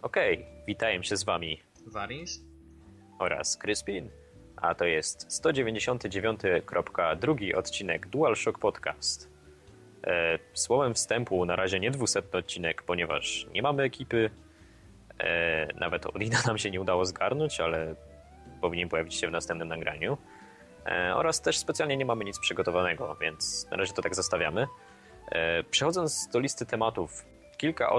Okej, witają się z wami Varins oraz Crispin, a to jest 199.2 odcinek DualShock Podcast. Słowem wstępu na razie nie 200 odcinek, ponieważ nie mamy ekipy, nawet Odina nam się nie udało zgarnąć, ale powinien pojawić się w następnym nagraniu. Oraz też specjalnie nie mamy nic przygotowanego, więc na razie to tak zostawiamy. Przechodząc do listy tematów, kilka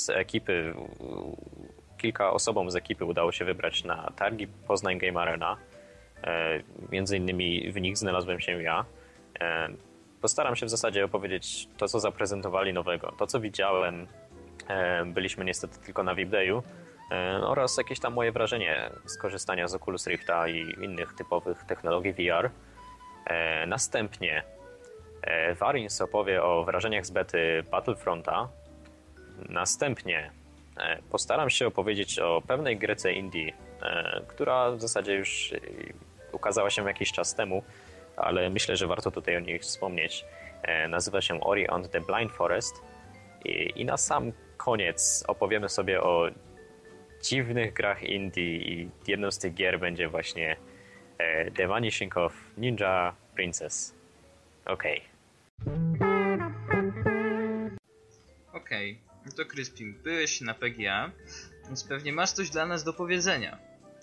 osobom z ekipy udało się wybrać na targi Poznań Game Arena. Między innymi w nich znalazłem się ja. Postaram się w zasadzie opowiedzieć to, co zaprezentowali nowego, to, co widziałem. Byliśmy niestety tylko na VIP Dayu. Oraz jakieś tam moje wrażenie z korzystania z Oculus Rifta i innych typowych technologii VR. Następnie Varins opowie o wrażeniach z bety Battlefronta. Następnie postaram się opowiedzieć o pewnej grece indie, która w zasadzie już ukazała się jakiś czas temu, ale myślę, że warto tutaj o niej wspomnieć. Nazywa się Ori and the Blind Forest. I na sam koniec opowiemy sobie o dziwnych grach indie i jedną z tych gier będzie właśnie The Vanishing of Ninja Princess. Okej. Okej, no to Crispin, byłeś na PGA, więc pewnie masz coś dla nas do powiedzenia.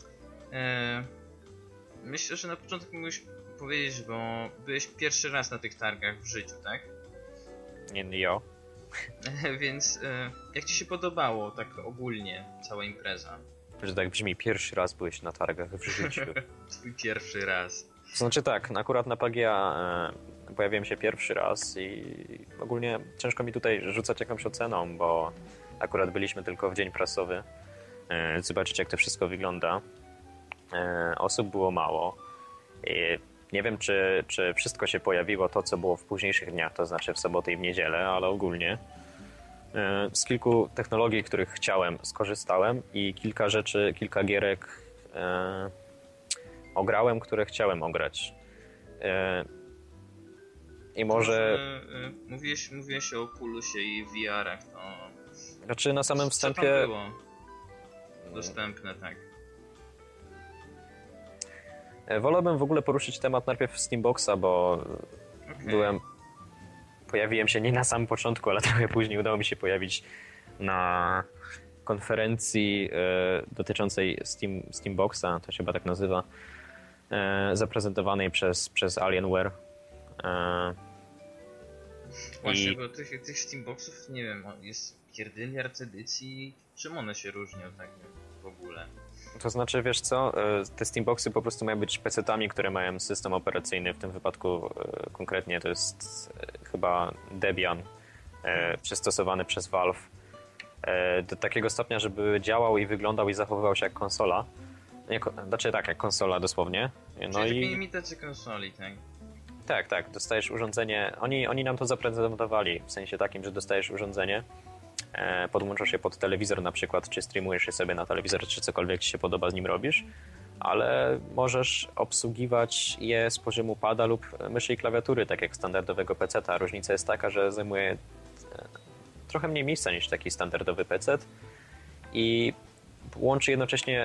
Myślę, że na początku mógłbyś powiedzieć, bo byłeś pierwszy raz na tych targach w życiu, tak? Nie ja. Więc jak ci się podobało tak ogólnie cała impreza? Że tak brzmi, pierwszy raz byłeś na targach w życiu. Twój pierwszy raz. To znaczy tak, akurat na PGA pojawiłem się pierwszy raz i ogólnie ciężko mi tutaj rzucać jakąś oceną, bo akurat byliśmy tylko w dzień prasowy. Zobaczyć, jak to wszystko wygląda. Osób było mało. Nie wiem, czy wszystko się pojawiło to, co było w późniejszych dniach, to znaczy w sobotę i w niedzielę, ale ogólnie z kilku technologii, których chciałem, skorzystałem i kilka gierek ograłem, które chciałem ograć. I może... Mówiłeś o Oculusie i VR-ach, to... Znaczy na samym wstępie... Co tam było dostępne, tak? Wolałbym w ogóle poruszyć temat najpierw Steamboxa, bo pojawiłem się nie na samym początku, ale trochę później udało mi się pojawić na konferencji dotyczącej Steamboxa, to się chyba tak nazywa, zaprezentowanej przez Alienware. Właśnie, bo tych Steamboxów, nie wiem, jest pierdyliard edycji, czym one się różnią tak w ogóle? To znaczy, wiesz co, te Steamboxy po prostu mają być PC-tami, które mają system operacyjny, w tym wypadku konkretnie to jest chyba Debian, przystosowany przez Valve, do takiego stopnia, żeby działał i wyglądał i zachowywał się jak konsola. Znaczy tak, jak konsola dosłownie. No czyli takie imitacje konsoli, tak? Tak, dostajesz urządzenie, oni nam to zaprezentowali, w sensie takim, że dostajesz urządzenie, podłączasz je pod telewizor na przykład, czy streamujesz je sobie na telewizor, czy cokolwiek ci się podoba z nim robisz, ale możesz obsługiwać je z poziomu pada lub myszy i klawiatury, tak jak standardowego PC-ta. Różnica jest taka, że zajmuje trochę mniej miejsca niż taki standardowy PC i łączy jednocześnie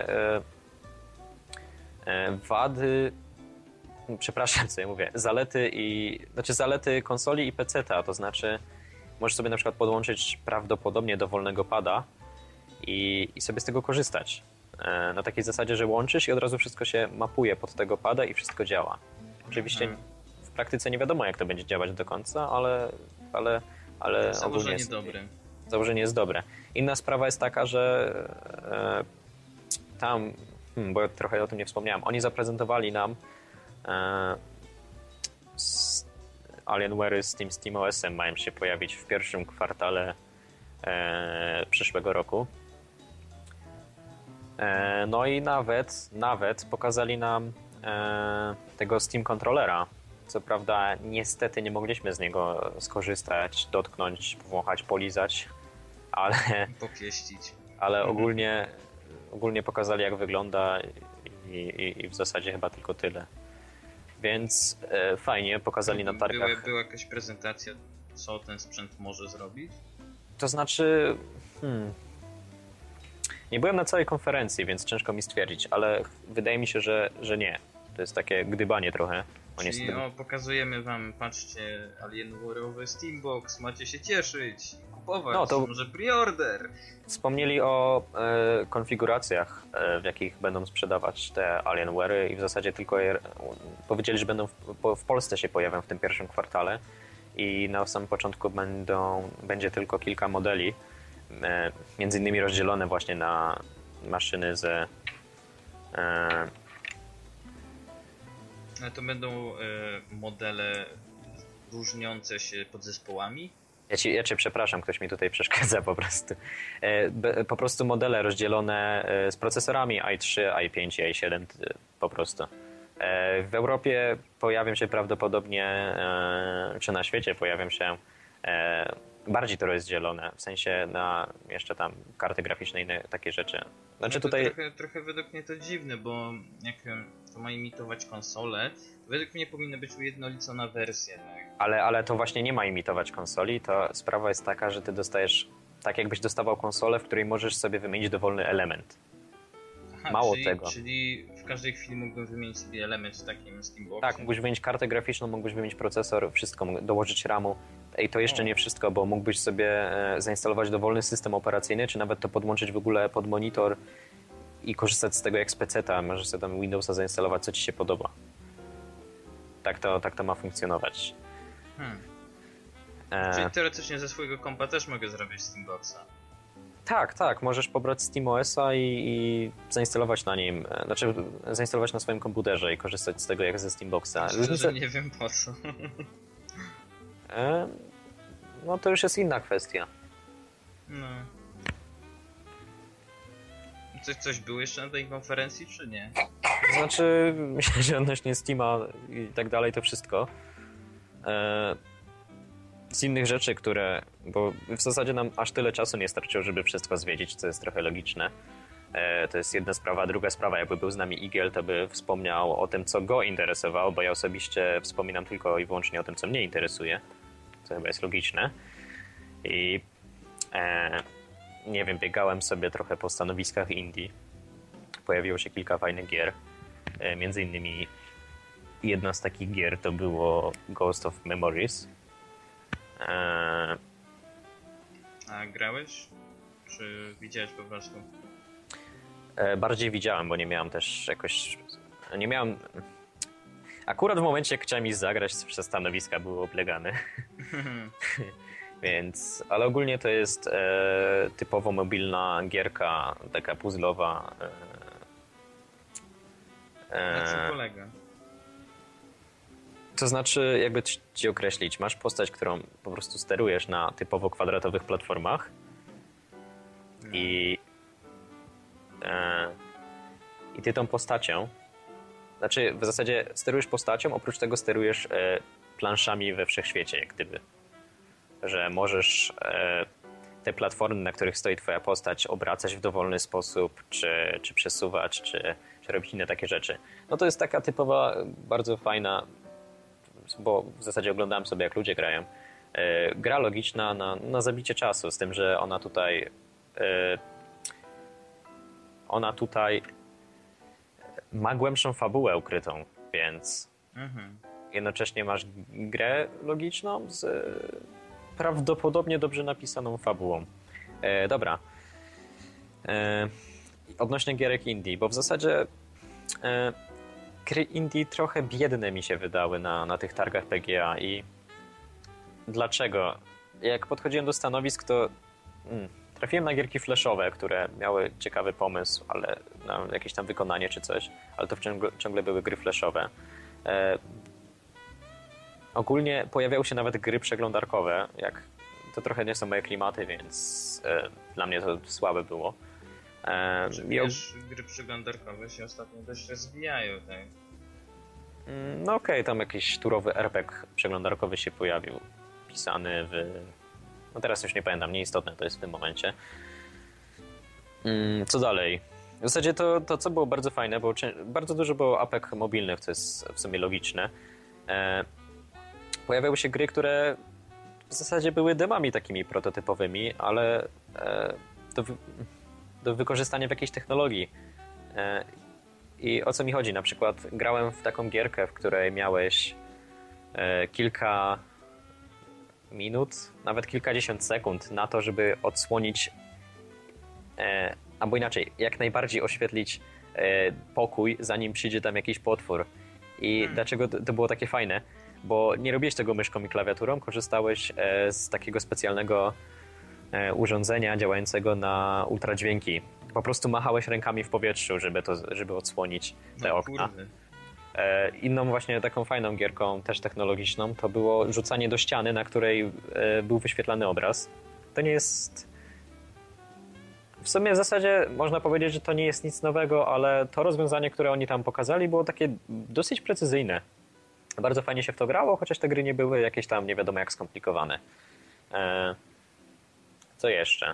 wady, przepraszam, co ja mówię, zalety konsoli i PC-ta, to znaczy możesz sobie na przykład podłączyć prawdopodobnie dowolnego pada i sobie z tego korzystać. Na takiej zasadzie, że łączysz i od razu wszystko się mapuje pod tego pada i wszystko działa. Oczywiście w praktyce nie wiadomo, jak to będzie działać do końca, ale założenie dobre. Założenie jest dobre. Inna sprawa jest taka, że tam, bo ja trochę o tym nie wspomniałem, oni zaprezentowali nam Alienware z tym SteamOS-em mają się pojawić w pierwszym kwartale przyszłego roku. No i nawet pokazali nam tego Steam Controllera. Co prawda niestety nie mogliśmy z niego skorzystać, dotknąć, powąchać, polizać, popieścić. Ale ogólnie pokazali, jak wygląda i w zasadzie chyba tylko tyle. Więc fajnie, pokazali na targach. Była jakaś prezentacja, co ten sprzęt może zrobić? To znaczy, Nie byłem na całej konferencji, więc ciężko mi stwierdzić, ale wydaje mi się, że nie. To jest takie gdybanie trochę. Czyli pokazujemy wam, patrzcie, Alienware'owy Steambox, macie się cieszyć, kupować, no, to może pre-order. Wspomnieli o konfiguracjach, w jakich będą sprzedawać te Alienware'y i w zasadzie tylko powiedzieli, że będą w Polsce się pojawią w tym pierwszym kwartale i na samym początku będzie tylko kilka modeli, między innymi rozdzielone właśnie na maszyny z Ale to będą modele różniące się podzespołami? Ja cię przepraszam, ktoś mi tutaj przeszkadza po prostu. Po prostu modele rozdzielone z procesorami i3, i5 i i7 po prostu. W Europie pojawią się prawdopodobnie, czy na świecie pojawią się bardziej to rozdzielone, w sensie na jeszcze tam karty graficzne i inne takie rzeczy. Znaczy no to tutaj... trochę według mnie to dziwne, bo jak to ma imitować konsolę, to według mnie powinna być ujednolicona wersja. Tak? Ale to właśnie nie ma imitować konsoli, to sprawa jest taka, że ty dostajesz tak jakbyś dostawał konsolę, w której możesz sobie wymienić dowolny element. Aha, Mało tego. Czyli w każdej chwili mógłbym wymienić sobie element w takim Steamboxie? Tak, mógłbyś wymienić kartę graficzną, mógłbyś wymienić procesor, wszystko, dołożyć RAMu. I to jeszcze nie wszystko, bo mógłbyś sobie zainstalować dowolny system operacyjny, czy nawet to podłączyć w ogóle pod monitor i korzystać z tego jak z PC-ta. Możesz sobie tam Windowsa zainstalować, co ci się podoba. Tak to ma funkcjonować. Czyli teoretycznie ze swojego kompa też mogę zrobić Steamboxa? Tak, możesz pobrać SteamOS-a i zainstalować na nim, znaczy zainstalować na swoim komputerze i korzystać z tego jak ze Steamboxa. Że nie wiem po co. No to już jest inna kwestia. No. Coś było jeszcze na tej konferencji, czy nie? Znaczy, myślę, że odnośnie Steama i tak dalej, to wszystko. Z innych rzeczy, bo w zasadzie nam aż tyle czasu nie starczyło, żeby wszystko zwiedzić, co jest trochę logiczne. To jest jedna sprawa. Druga sprawa, jakby był z nami Igiel, to by wspomniał o tym, co go interesowało, bo ja osobiście wspominam tylko i wyłącznie o tym, co mnie interesuje, co chyba jest logiczne. I nie wiem, biegałem sobie trochę po stanowiskach indie. Pojawiło się kilka fajnych gier. Między innymi jedna z takich gier to było Ghost of Memories. A grałeś? Czy widziałeś po prostu? Bardziej widziałem, bo nie miałem też jakoś... Nie miałem... Akurat w momencie, jak chciałem iść zagrać, przez stanowiska były oblegane. Więc... Ale ogólnie to jest typowo mobilna gierka, taka puzzlowa. Na czym polega? To znaczy, jakby ci określić, masz postać, którą po prostu sterujesz na typowo kwadratowych platformach i ty tą postacią, znaczy w zasadzie sterujesz postacią, oprócz tego sterujesz planszami we wszechświecie, jak gdyby. Że możesz te platformy, na których stoi twoja postać, obracać w dowolny sposób, czy przesuwać, czy robić inne takie rzeczy. No to jest taka typowa, bardzo fajna, bo w zasadzie oglądałem sobie, jak ludzie grają. Gra logiczna na zabicie czasu, z tym, że ona tutaj ma głębszą fabułę ukrytą, więc jednocześnie masz grę logiczną z prawdopodobnie dobrze napisaną fabułą. Dobra. Odnośnie gierek indie, bo w zasadzie gry indie trochę biedne mi się wydały na tych targach PGA i dlaczego? Jak podchodziłem do stanowisk, to trafiłem na gierki flashowe, które miały ciekawy pomysł, ale na jakieś tam wykonanie czy coś, ale to ciągle były gry flashowe. Ogólnie pojawiały się nawet gry przeglądarkowe, to trochę nie są moje klimaty, więc dla mnie to słabe było. Wiesz, gry przeglądarkowe się ostatnio dość rozwijają, tak? No okej, tam jakiś turowy RPG przeglądarkowy się pojawił, pisany no teraz już nie pamiętam, nieistotne to jest w tym momencie. Co dalej? W zasadzie to co było bardzo fajne, bo bardzo dużo było apek mobilnych, co jest w sumie logiczne. Pojawiały się gry, które w zasadzie były demami takimi prototypowymi, ale do wykorzystania w jakiejś technologii. I o co mi chodzi? Na przykład grałem w taką gierkę, w której miałeś kilka minut, nawet kilkadziesiąt sekund na to, żeby odsłonić albo inaczej, jak najbardziej oświetlić pokój, zanim przyjdzie tam jakiś potwór. I dlaczego to było takie fajne? Bo nie robiłeś tego myszką i klawiaturą, korzystałeś z takiego specjalnego urządzenia działającego na ultradźwięki. Po prostu machałeś rękami w powietrzu, żeby odsłonić te okna. Kurde. Inną właśnie taką fajną gierką, też technologiczną, to było rzucanie do ściany, na której był wyświetlany obraz. To nie jest... W sumie w zasadzie można powiedzieć, że to nie jest nic nowego, ale to rozwiązanie, które oni tam pokazali, było takie dosyć precyzyjne. Bardzo fajnie się w to grało, chociaż te gry nie były jakieś tam nie wiadomo jak skomplikowane. Co jeszcze?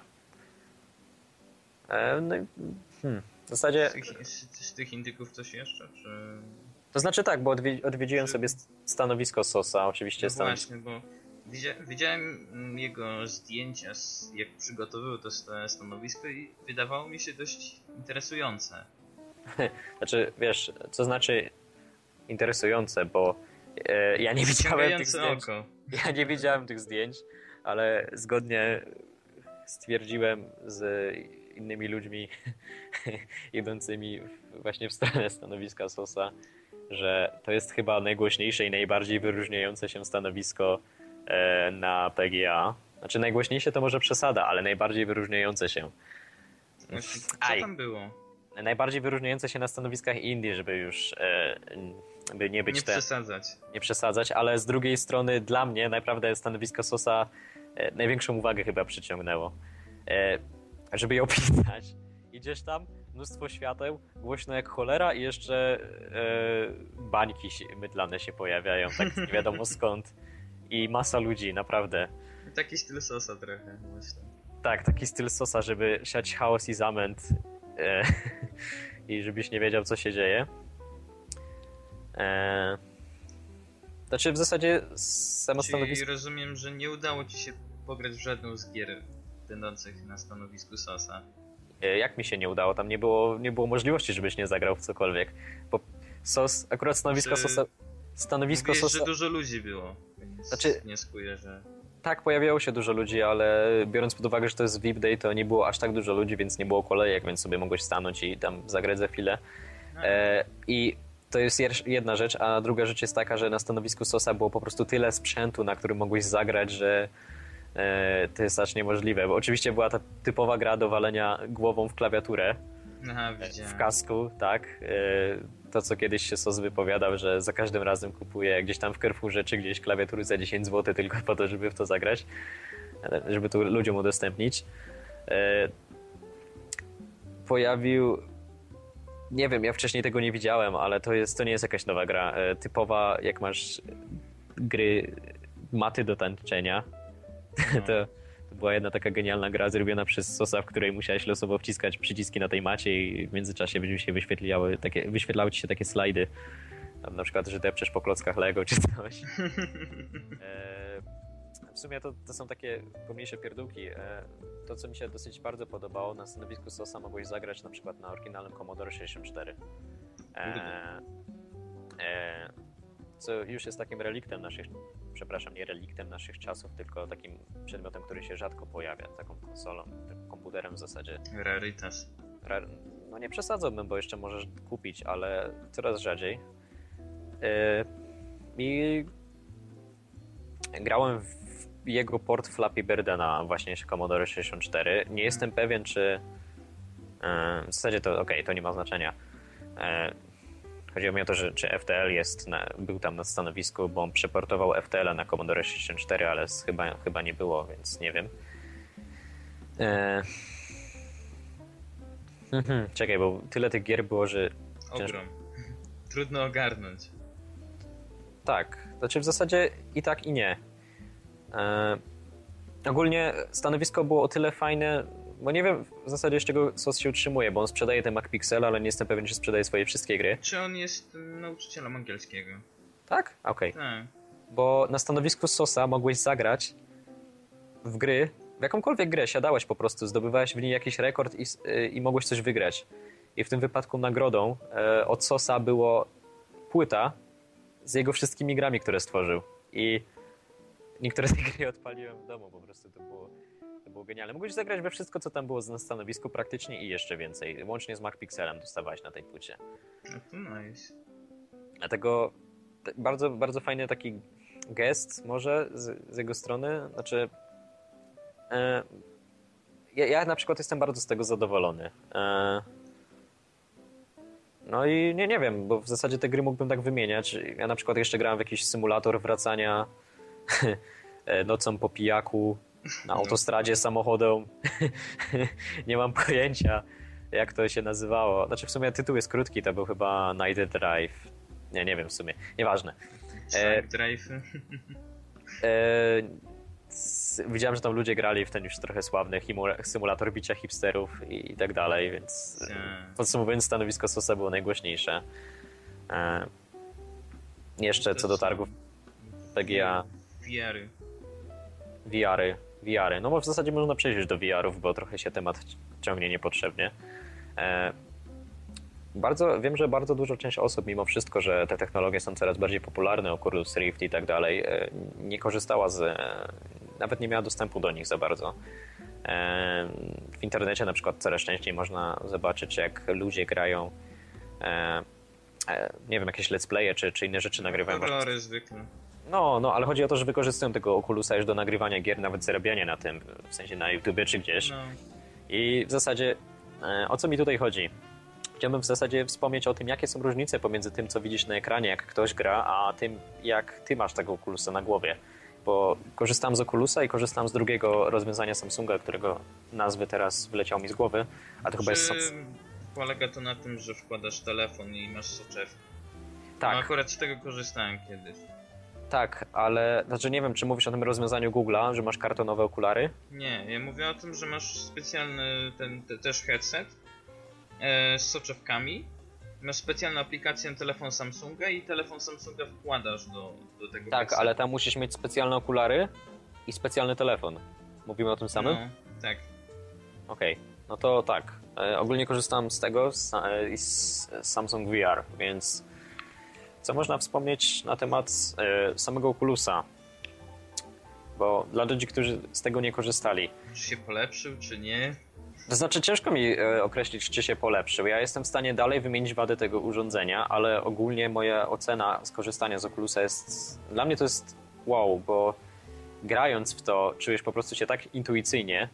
W zasadzie... Z tych indyków coś jeszcze? Czy... To znaczy tak, bo odwiedziłem sobie stanowisko Sosa, oczywiście. No właśnie, bo widziałem jego zdjęcia, jak przygotowywał to stanowisko i wydawało mi się dość interesujące. Znaczy, wiesz, co znaczy interesujące, bo ja nie widziałem tych zdjęć. Oko. Ja nie widziałem tych zdjęć, ale zgodnie stwierdziłem z innymi ludźmi idącymi właśnie w stronę stanowiska Sosa, że to jest chyba najgłośniejsze i najbardziej wyróżniające się stanowisko na PGA. Znaczy najgłośniejsze to może przesada, ale najbardziej wyróżniające się. Właśnie, co tam było? Najbardziej wyróżniające się na stanowiskach indie, żeby już by nie być nie przesadzać, ale z drugiej strony dla mnie naprawdę stanowisko Sosa największą uwagę chyba przyciągnęło. Żeby je opisać. Idziesz tam, mnóstwo świateł, głośno jak cholera i jeszcze bańki mydlane się pojawiają, tak nie wiadomo skąd. I masa ludzi, naprawdę. Taki styl Sosa trochę, myślę. Tak, taki styl Sosa, żeby siać chaos i zamęt i żebyś nie wiedział, co się dzieje. Znaczy w zasadzie samo stanowisko... Czyli rozumiem, że nie udało ci się pograć w żadną z gier będących na stanowisku Sosa. Jak mi się nie udało? Tam nie było możliwości, żebyś nie zagrał w cokolwiek. Bo Sos, akurat stanowisko Sosa... Stanowisko Sosa... że dużo ludzi było, więc znaczy, wnioskuję, że... Tak, pojawiało się dużo ludzi, ale biorąc pod uwagę, że to jest VIP Day, to nie było aż tak dużo ludzi, więc nie było kolejek, więc sobie mogłeś stanąć i tam zagrać za chwilę. I to jest jedna rzecz, a druga rzecz jest taka, że na stanowisku Sosa było po prostu tyle sprzętu, na którym mogłeś zagrać, że to jest aż niemożliwe. Bo oczywiście była ta typowa gra do walenia głową w klawiaturę. Aha, widziałem. W kasku, tak. To, co kiedyś się Sos wypowiadał, że za każdym razem kupuje gdzieś tam w Carrefourze czy gdzieś klawiatury za 10 zł tylko po to, żeby w to zagrać. Żeby to ludziom udostępnić. Pojawił... Nie wiem, ja wcześniej tego nie widziałem, ale to nie jest jakaś nowa gra. Typowa, jak masz gry maty do tańczenia, to była jedna taka genialna gra zrobiona przez Sosa, w której musiałeś losowo wciskać przyciski na tej macie i w międzyczasie się wyświetlały ci się takie slajdy. Tam na przykład, że depczesz po klockach Lego czy coś. W sumie to są takie pomniejsze pierdółki. To, co mi się dosyć bardzo podobało, na stanowisku Sosa mogłeś zagrać na przykład na oryginalnym Commodore 64. Co już jest takim reliktem nie reliktem naszych czasów, tylko takim przedmiotem, który się rzadko pojawia, taką konsolą, takim komputerem w zasadzie. Rarytas. No nie przesadzałbym, bo jeszcze możesz kupić, ale coraz rzadziej. I grałem w jego port Flappy Birda na właśnie Commodore 64. Nie jestem pewien, czy... W zasadzie to to nie ma znaczenia. Chodziło mi o to, że czy FTL był tam na stanowisku, bo on przeportował FTL-a na Commodore 64, ale chyba nie było, więc nie wiem. Czekaj, bo tyle tych gier było, że... Ogrom. Trudno ogarnąć. Tak, znaczy w zasadzie i tak i nie. Ogólnie stanowisko było o tyle fajne, bo nie wiem w zasadzie z czego Sos się utrzymuje, bo on sprzedaje te MacPixel, ale nie jestem pewien, czy sprzedaje swoje wszystkie gry. Czy on jest nauczycielem angielskiego? Tak? Okej. Tak. Bo na stanowisku Sosa mogłeś zagrać w gry jakąkolwiek grę siadałeś po prostu, zdobywałeś w niej jakiś rekord i mogłeś coś wygrać. I w tym wypadku nagrodą od Sosa było płyta z jego wszystkimi grami, które stworzył. I niektóre z tych gry odpaliłem w domu, po prostu to było genialne. Mogłeś zagrać we wszystko, co tam było na stanowisku praktycznie i jeszcze więcej. Łącznie z MacPixelem dostawałeś na tej płycie. No to nice. Dlatego bardzo, bardzo fajny taki gest może z jego strony. Znaczy ja na przykład jestem bardzo z tego zadowolony. No i nie wiem, bo w zasadzie te gry mógłbym tak wymieniać. Ja na przykład jeszcze grałem w jakiś symulator wracania nocą po pijaku na autostradzie samochodem. Nie mam pojęcia, jak to się nazywało. Znaczy w sumie tytuł jest krótki, to był chyba Night Drive. Nie wiem w sumie, nieważne. Drive. Widziałem, że tam ludzie grali w ten już trochę sławny symulator bicia hipsterów i tak dalej, więc podsumowując, stanowisko Sosa było najgłośniejsze. Jeszcze co do targów PGA. VR-y. No bo w zasadzie można przejść do VR-ów, bo trochę się temat ciągnie niepotrzebnie. Wiem, że bardzo duża część osób, mimo wszystko, że te technologie są coraz bardziej popularne, Oculus Rift i tak dalej, nie korzystała nawet nie miała dostępu do nich za bardzo. W internecie na przykład coraz częściej można zobaczyć, jak ludzie grają nie wiem, jakieś let's playe czy inne rzeczy nagrywają. Horrory zwykle. No, ale chodzi o to, że wykorzystują tego Oculusa już do nagrywania gier, nawet zarabiania na tym, w sensie na YouTubie czy gdzieś. No. I w zasadzie o co mi tutaj chodzi? Chciałbym w zasadzie wspomnieć o tym, jakie są różnice pomiędzy tym, co widzisz na ekranie, jak ktoś gra, a tym, jak ty masz tego Oculusa na głowie. Bo korzystałem z Oculusa i korzystałem z drugiego rozwiązania Samsunga, którego nazwy teraz wyleciał mi z głowy, a to chyba jest... Polega to na tym, że wkładasz telefon i masz soczewkę. Tak. No akurat z tego korzystałem kiedyś. Tak, ale znaczy nie wiem, czy mówisz o tym rozwiązaniu Google'a, że masz kartonowe okulary? Nie, ja mówię o tym, że masz specjalny też headset z soczewkami. Masz specjalną aplikację na telefon Samsunga i telefon Samsunga wkładasz do tego Tak, headsetu. ale tam musisz mieć specjalne okulary i specjalny telefon. Mówimy o tym samym? No, tak. Okej, no to tak. Ogólnie korzystam z tego, z Samsung VR, więc co można wspomnieć na temat samego Oculusa? Bo dla ludzi, którzy z tego nie korzystali. Czy się polepszył, czy nie? To znaczy ciężko mi określić, czy się polepszył. Ja jestem w stanie dalej wymienić wady tego urządzenia, ale ogólnie moja ocena skorzystania z Oculusa jest... Dla mnie to jest wow, bo grając w to czujesz po prostu się tak intuicyjnie.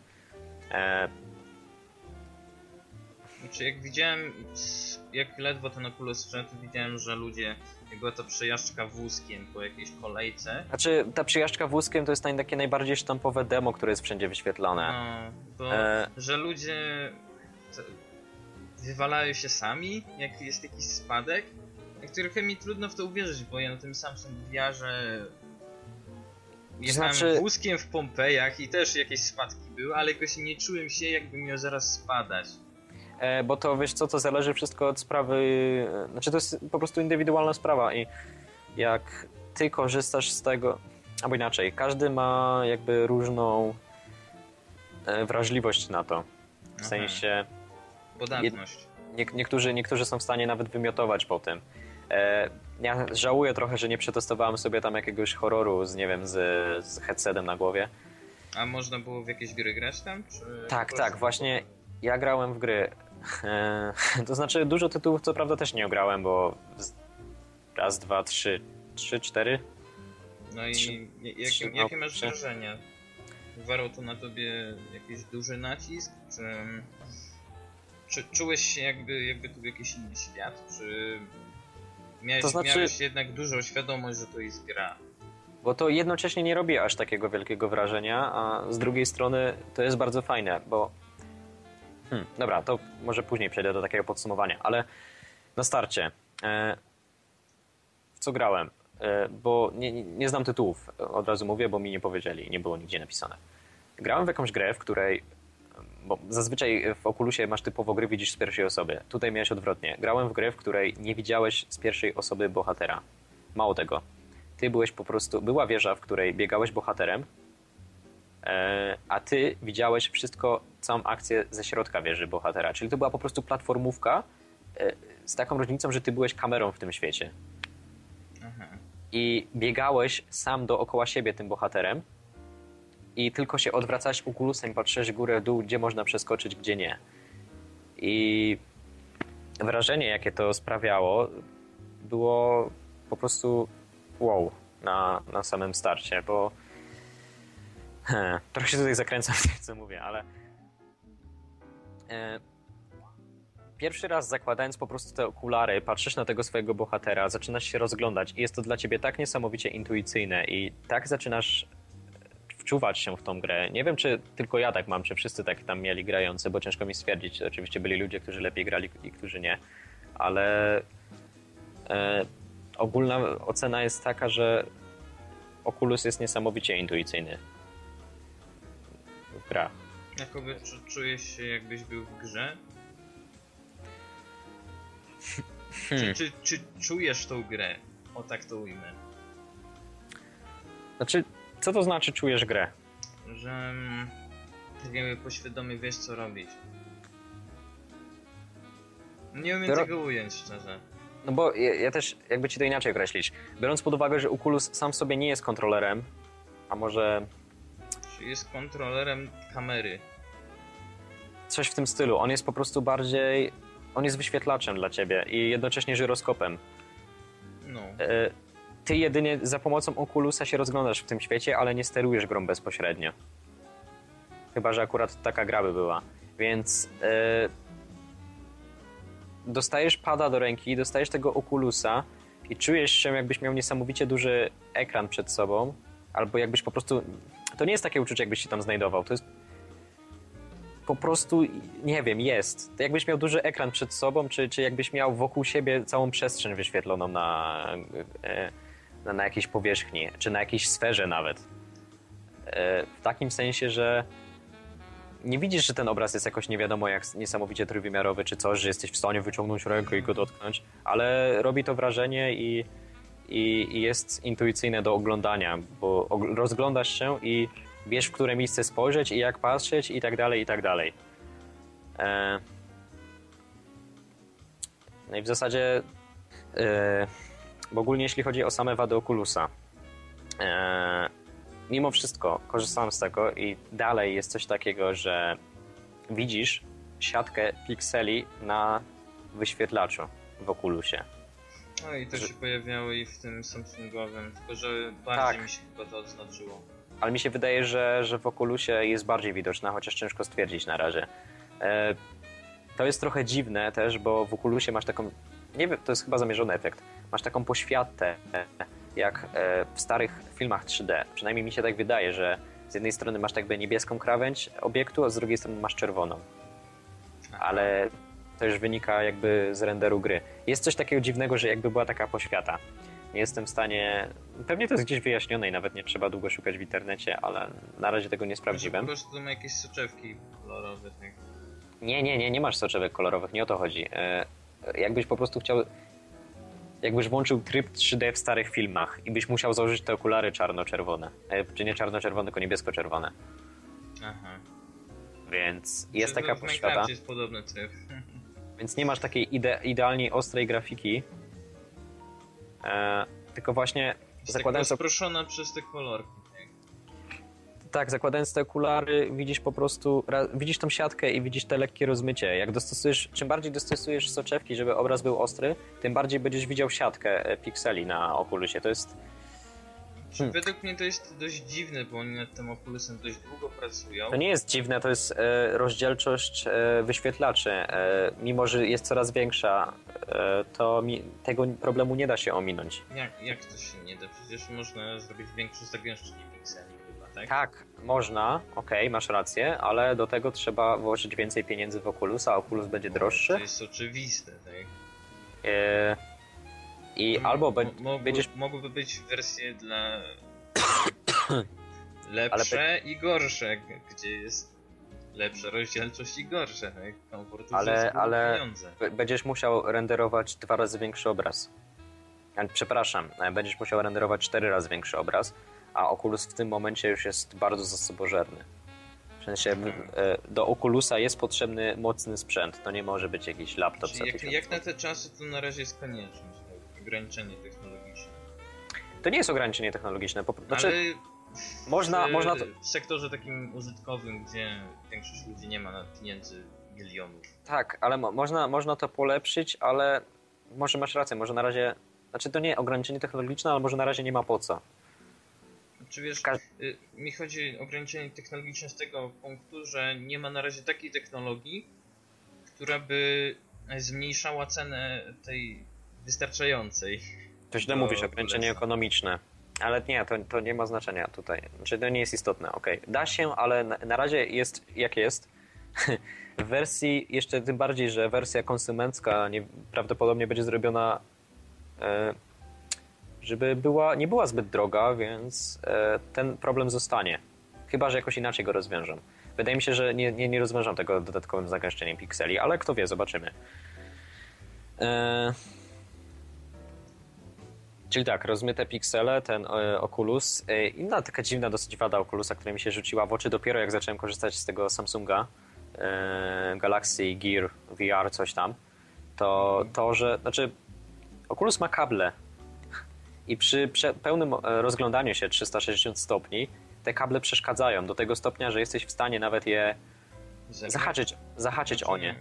Znaczy jak widziałem, jak ledwo ten Oculus wszedł, widziałem, że ludzie, jak była to przejażdżka wózkiem po jakiejś kolejce. Znaczy ta przejażdżka wózkiem to jest takie najbardziej sztampowe demo, które jest wszędzie wyświetlane. No, bo że ludzie wywalają się sami, jak jest jakiś spadek. Jak trochę mi trudno w to uwierzyć, bo ja na tym Samsung VR-ze jechałem wózkiem w Pompejach i też jakieś spadki były, ale jakoś nie czułem się, jakbym miał zaraz spadać. Bo to wiesz co, to zależy wszystko od sprawy, znaczy to jest po prostu indywidualna sprawa i jak ty korzystasz z tego, albo inaczej, każdy ma jakby różną wrażliwość na to, w sensie podatność. Niektórzy są w stanie nawet wymiotować po tym. Ja żałuję trochę, że nie przetestowałem sobie tam jakiegoś horroru z, nie wiem, z headsetem na głowie. A można było w jakieś gry grać tam? Czy tak, właśnie ja grałem w gry. To znaczy dużo tytułów co prawda też nie ograłem, bo raz, dwa, trzy, cztery. No i jakie masz wrażenia? Wywarło to na tobie jakiś duży nacisk? Czy czułeś się jakby to był jakiś inny świat? Czy miałeś jednak dużą świadomość, że to jest gra? Bo to jednocześnie nie robi aż takiego wielkiego wrażenia, a z drugiej strony to jest bardzo fajne, bo dobra, to może później przejdę do takiego podsumowania, ale na starcie w co grałem? Bo nie znam tytułów, od razu mówię, bo mi nie powiedzieli, nie było nigdzie napisane. Grałem w jakąś grę, w której, bo zazwyczaj w Oculusie masz typowo gry, widzisz z pierwszej osoby. Tutaj miałeś odwrotnie. Grałem w grę, w której nie widziałeś z pierwszej osoby bohatera. Mało tego. Ty byłeś po prostu, była wieża, w której biegałeś bohaterem a ty widziałeś wszystko, całą akcję ze środka wieży bohatera. Czyli to była po prostu platformówka z taką różnicą, że ty byłeś kamerą w tym świecie. Aha. I biegałeś sam dookoła siebie tym bohaterem i tylko się odwracałeś Oculusem, patrzyłeś górę, dół, gdzie można przeskoczyć, gdzie nie. I wrażenie, jakie to sprawiało, było po prostu wow na samym starcie, bo trochę się tutaj zakręcam w tym, co mówię, ale pierwszy raz zakładając po prostu te okulary, patrzysz na tego swojego bohatera, zaczynasz się rozglądać i jest to dla ciebie tak niesamowicie intuicyjne i tak zaczynasz wczuwać się w tą grę. Nie wiem, czy tylko ja tak mam, czy wszyscy tak tam mieli grający, bo ciężko mi stwierdzić. Oczywiście byli ludzie, którzy lepiej grali i którzy nie, ale ogólna ocena jest taka, że Oculus jest niesamowicie intuicyjny w grach. Jakoby czujesz się, jakbyś był w grze? Czy czujesz tą grę? O, tak to ujmę. Znaczy, co to znaczy czujesz grę? Że tak jakby poświadomie wiesz, co robić. Nie umiem tego ująć, szczerze. No bo ja też, jakby ci to inaczej określić. Biorąc pod uwagę, że Oculus sam w sobie nie jest kontrolerem, a może... Czy jest kontrolerem kamery? Coś w tym stylu. On jest po prostu bardziej... On jest wyświetlaczem dla ciebie i jednocześnie żyroskopem. No. Ty jedynie za pomocą Oculusa się rozglądasz w tym świecie, ale nie sterujesz grą bezpośrednio. Chyba że akurat taka gra by była. Więc dostajesz pada do ręki, dostajesz tego Oculusa i czujesz się, jakbyś miał niesamowicie duży ekran przed sobą, albo jakbyś po prostu... To nie jest takie uczucie, jakbyś się tam znajdował. To jest po prostu, nie wiem, jest. To jakbyś miał duży ekran przed sobą, czy jakbyś miał wokół siebie całą przestrzeń wyświetloną na jakiejś powierzchni, czy na jakiejś sferze nawet. W takim sensie, że nie widzisz, że ten obraz jest jakoś nie wiadomo jak niesamowicie trójwymiarowy, czy coś, że jesteś w stanie wyciągnąć rękę i go dotknąć, ale robi to wrażenie i jest intuicyjne do oglądania, bo rozglądasz się i wiesz, w które miejsce spojrzeć i jak patrzeć i tak dalej, i tak dalej. No i w zasadzie bo ogólnie jeśli chodzi o same wady Oculusa, mimo wszystko korzystam z tego i dalej jest coś takiego, że widzisz siatkę pikseli na wyświetlaczu w Oculusie. No i to się pojawiało i w tym Samsungowym, tylko że bardziej mi się chyba to odznaczyło. Ale mi się wydaje, że w Oculusie jest bardziej widoczna, chociaż ciężko stwierdzić na razie. To jest trochę dziwne też, bo w Oculusie masz taką, nie wiem, to jest chyba zamierzony efekt, masz taką poświatę, jak w starych filmach 3D. Przynajmniej mi się tak wydaje, że z jednej strony masz jakby niebieską krawędź obiektu, a z drugiej strony masz czerwoną. Ale to już wynika jakby z renderu gry. Jest coś takiego dziwnego, że jakby była taka poświata. Nie jestem w stanie... Pewnie to jest gdzieś wyjaśnione i nawet nie trzeba długo szukać w internecie, ale na razie tego nie sprawdziłem. Po prostu to ma jakieś soczewki kolorowe. Tak? Nie masz soczewek kolorowych, nie o to chodzi. Jakbyś po prostu chciał... Jakbyś włączył tryb 3D w starych filmach i byś musiał założyć te okulary czarno-czerwone. Czy nie czarno-czerwone, tylko niebiesko-czerwone. Aha. Więc jest taka poświata. W jest podobny tryb. Więc nie masz takiej idealnie ostrej grafiki. Tylko właśnie zakładając... Tak rozproszona przez te kolorki. Tak, zakładając te okulary widzisz po prostu, widzisz tą siatkę i widzisz te lekkie rozmycie. Jak dostosujesz, czym bardziej dostosujesz soczewki, żeby obraz był ostry, tym bardziej będziesz widział siatkę pikseli na Oculusie. To jest... Według mnie to jest dość dziwne, bo oni nad tym Oculusem dość długo pracują. To nie jest dziwne, to jest rozdzielczość wyświetlaczy. Mimo że jest coraz większa, to tego problemu nie da się ominąć. Jak to się nie da? Przecież można zrobić większe zagęszczenie pikseli chyba, tak? Tak, można, okej, masz rację, ale do tego trzeba włożyć więcej pieniędzy w Oculusa, a Oculus będzie droższy. To jest oczywiste, tak? I albo będziesz... Mogłyby być wersje dla lepsze i gorsze, gdzie jest lepsza rozdzielczość i gorsze, tak? Komfort ale pieniądze. Będziesz musiał renderować 2 razy większy obraz. Przepraszam, będziesz musiał renderować 4 razy większy obraz, a Oculus w tym momencie już jest bardzo zasobożerny. W sensie do Oculusa jest potrzebny mocny sprzęt, to nie może być jakiś laptop za 1000 jak na te czasy to na razie jest konieczność, tak? Ograniczenie technologiczne. To nie jest ograniczenie technologiczne, znaczy ale można to... w sektorze takim użytkowym, gdzie większość ludzi nie ma pieniędzy milionów. Tak, ale można to polepszyć, ale może masz rację, może na razie... Znaczy to nie ograniczenie technologiczne, ale może na razie nie ma po co. Czy wiesz, mi chodzi o ograniczenie technologiczne z tego punktu, że nie ma na razie takiej technologii, która by zmniejszała cenę tej wystarczającej. To źle mówisz, ograniczenie ekonomiczne. Ale nie, to nie ma znaczenia tutaj. Znaczy to nie jest istotne, okej. Da się, ale na razie jest jak jest. W wersji, jeszcze tym bardziej, że wersja konsumencka prawdopodobnie będzie zrobiona, żeby nie była zbyt droga, więc ten problem zostanie. Chyba że jakoś inaczej go rozwiążą. Wydaje mi się, że nie rozwiążą tego dodatkowym zagęszczeniem pikseli, ale kto wie, zobaczymy. Czyli tak, rozmyte piksele, ten Oculus. Inna taka dziwna dosyć wada Oculusa, która mi się rzuciła w oczy dopiero jak zacząłem korzystać z tego Samsunga Galaxy Gear VR, coś tam, to że, znaczy Oculus ma kable i przy pełnym rozglądaniu się 360 stopni te kable przeszkadzają do tego stopnia, że jesteś w stanie nawet je zahaczyć o nie.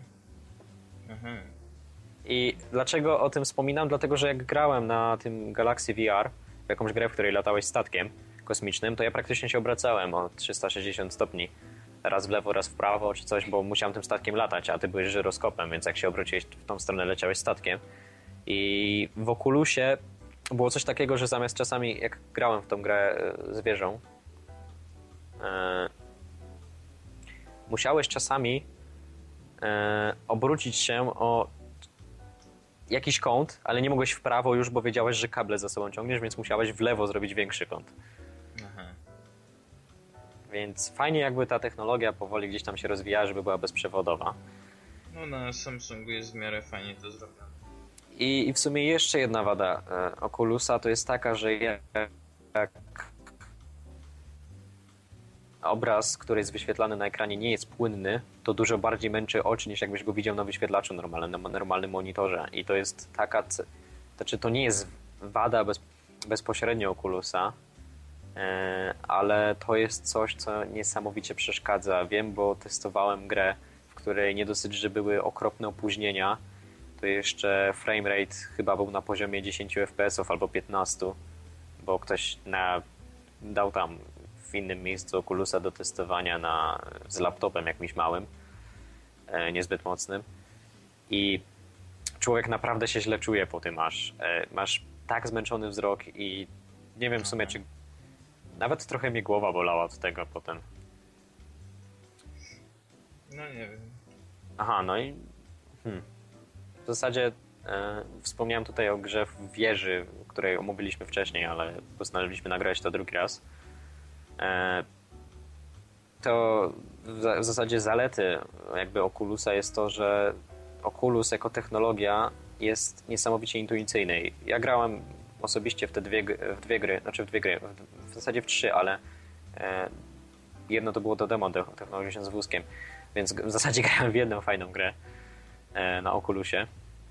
I dlaczego o tym wspominam? Dlatego, że jak grałem na tym Galaxy VR, w jakąś grę, w której latałeś statkiem kosmicznym, to ja praktycznie się obracałem o 360 stopni. Raz w lewo, raz w prawo, czy coś, bo musiałem tym statkiem latać, a ty byłeś żyroskopem, więc jak się obróciłeś w tą stronę, leciałeś statkiem. I w Oculusie było coś takiego, że zamiast czasami, jak grałem w tą grę z wieżą, musiałeś czasami obrócić się o jakiś kąt, ale nie mogłeś w prawo już, bo wiedziałeś, że kable za sobą ciągniesz, więc musiałeś w lewo zrobić większy kąt. Aha. Więc fajnie jakby ta technologia powoli gdzieś tam się rozwijała, żeby była bezprzewodowa. No na Samsungu jest w miarę fajnie to zrobione. I w sumie jeszcze jedna wada Oculusa to jest taka, że jak obraz, który jest wyświetlany na ekranie nie jest płynny, to dużo bardziej męczy oczy niż jakbyś go widział na wyświetlaczu normalnym, na normalnym monitorze. I to jest taka... Znaczy to nie jest wada bezpośrednio Oculusa, ale to jest coś, co niesamowicie przeszkadza. Wiem, bo testowałem grę, w której nie dosyć, że były okropne opóźnienia, to jeszcze framerate chyba był na poziomie 10 fps albo 15, bo ktoś dał tam w innym miejscu Oculusa do testowania z laptopem jakimś małym, niezbyt mocnym i człowiek naprawdę się źle czuje po tym, masz tak zmęczony wzrok i nie wiem w sumie, czy nawet trochę mnie głowa bolała od tego potem. No nie wiem. Aha, no i w zasadzie wspomniałem tutaj o grze w wieży, której omówiliśmy wcześniej, ale postanowiliśmy nagrać to drugi raz. To w zasadzie zalety jakby Oculusa jest to, że Oculus jako technologia jest niesamowicie intuicyjny. Ja grałem osobiście w w zasadzie w 3, ale jedno to było do demo technologiczne z wózkiem, więc w zasadzie grałem w jedną fajną grę na Oculusie.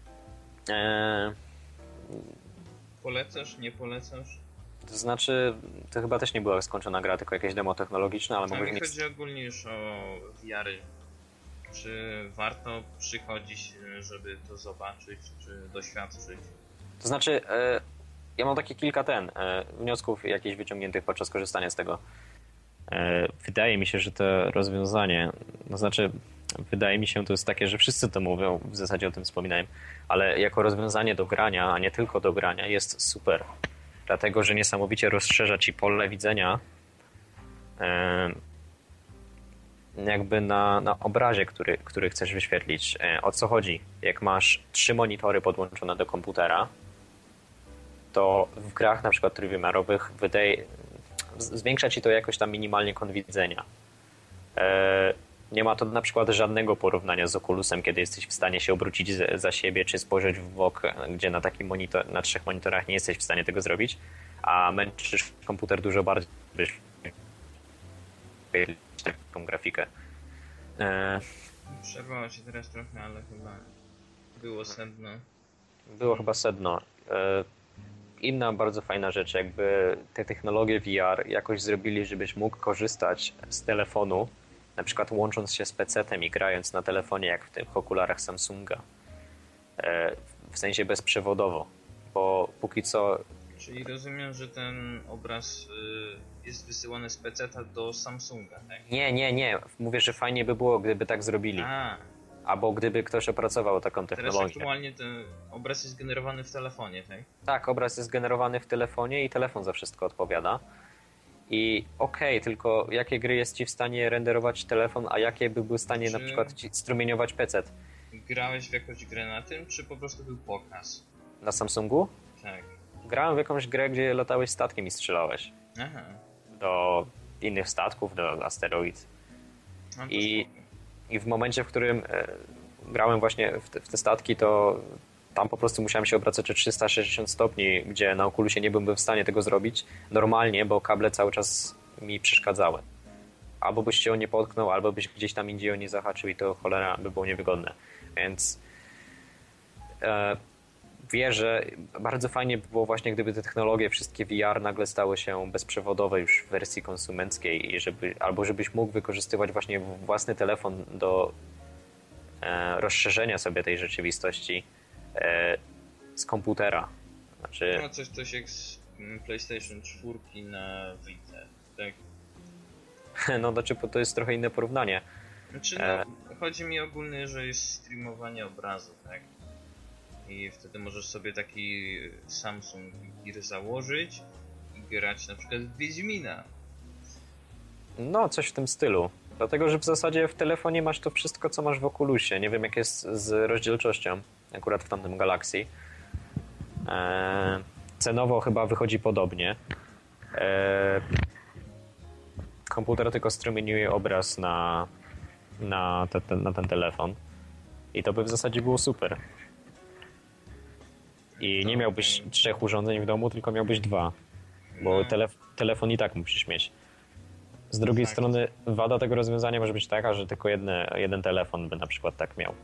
Polecasz, nie polecasz? To znaczy, to chyba też nie była skończona gra, tylko jakieś demo technologiczne, ale mogłeś mieć... chodzi ogólnie już o VR-y. Czy warto przychodzić, żeby to zobaczyć, czy doświadczyć? To znaczy, ja mam takie kilka wniosków jakichś wyciągniętych podczas korzystania z tego. Wydaje mi się, że to rozwiązanie, to znaczy, wydaje mi się, to jest takie, że wszyscy to mówią, w zasadzie o tym wspominałem, ale jako rozwiązanie do grania, a nie tylko do grania, jest super. Dlatego, że niesamowicie rozszerza ci pole widzenia jakby na obrazie, który chcesz wyświetlić. O co chodzi? Jak masz 3 monitory podłączone do komputera, to w grach na przykład trójwymiarowych zwiększa ci to jakoś tam minimalnie kąt widzenia. Nie ma to na przykład żadnego porównania z Oculusem, kiedy jesteś w stanie się obrócić za siebie, czy spojrzeć w bok, gdzie na takim na 3 monitorach nie jesteś w stanie tego zrobić, a męczysz komputer dużo bardziej, byś taką grafikę. Przerwało się teraz trochę, ale chyba było sedno. Było chyba sedno. Inna bardzo fajna rzecz, jakby te technologie VR jakoś zrobili, żebyś mógł korzystać z telefonu, na przykład łącząc się z PC-tem i grając na telefonie, jak w tych okularach Samsunga. W sensie bezprzewodowo, bo póki co... Czyli rozumiem, że ten obraz jest wysyłany z PC-ta do Samsunga, tak? Nie. Mówię, że fajnie by było, gdyby tak zrobili. Albo gdyby ktoś opracował taką technologię. Teraz aktualnie ten obraz jest generowany w telefonie, tak? Tak, obraz jest generowany w telefonie i telefon za wszystko odpowiada. I okej, tylko jakie gry jest ci w stanie renderować telefon, a jakie by był w stanie na przykład ci strumieniować PC? Grałeś w jakąś grę na tym, czy po prostu był pokaz? Na Samsungu? Tak. Grałem w jakąś grę, gdzie latałeś statkiem i strzelałeś. Aha. Do innych statków, do asteroid. I w momencie, w którym grałem właśnie w te statki, to tam po prostu musiałem się obracać o 360 stopni, gdzie na Oculusie nie byłbym w stanie tego zrobić normalnie, bo kable cały czas mi przeszkadzały. Albo byś się o nie potknął, albo byś gdzieś tam indziej o nie zahaczył i to cholera by było niewygodne. Więc wierzę, bardzo fajnie by było właśnie, gdyby te technologie, wszystkie VR nagle stały się bezprzewodowe już w wersji konsumenckiej i albo żebyś mógł wykorzystywać właśnie własny telefon do rozszerzenia sobie tej rzeczywistości z komputera. Znaczy... No coś jak z PlayStation 4 na Vita, tak? No znaczy to jest trochę inne porównanie. Znaczy no, chodzi mi ogólnie, że jest streamowanie obrazu, tak? I wtedy możesz sobie taki Samsung Gear założyć i grać na przykład w Wiedźmina. No, coś w tym stylu. Dlatego, że w zasadzie w telefonie masz to wszystko, co masz w Oculusie. Nie wiem, jak jest z rozdzielczością, akurat w tamtym Galaxy. Cenowo chyba wychodzi podobnie. Komputer tylko strumieniuje obraz na ten telefon. I to by w zasadzie było super. I nie miałbyś 3 urządzeń w domu, tylko miałbyś 2. Bo telefon i tak musisz mieć. Z drugiej strony wada tego rozwiązania może być taka, że tylko jeden telefon by na przykład tak miał.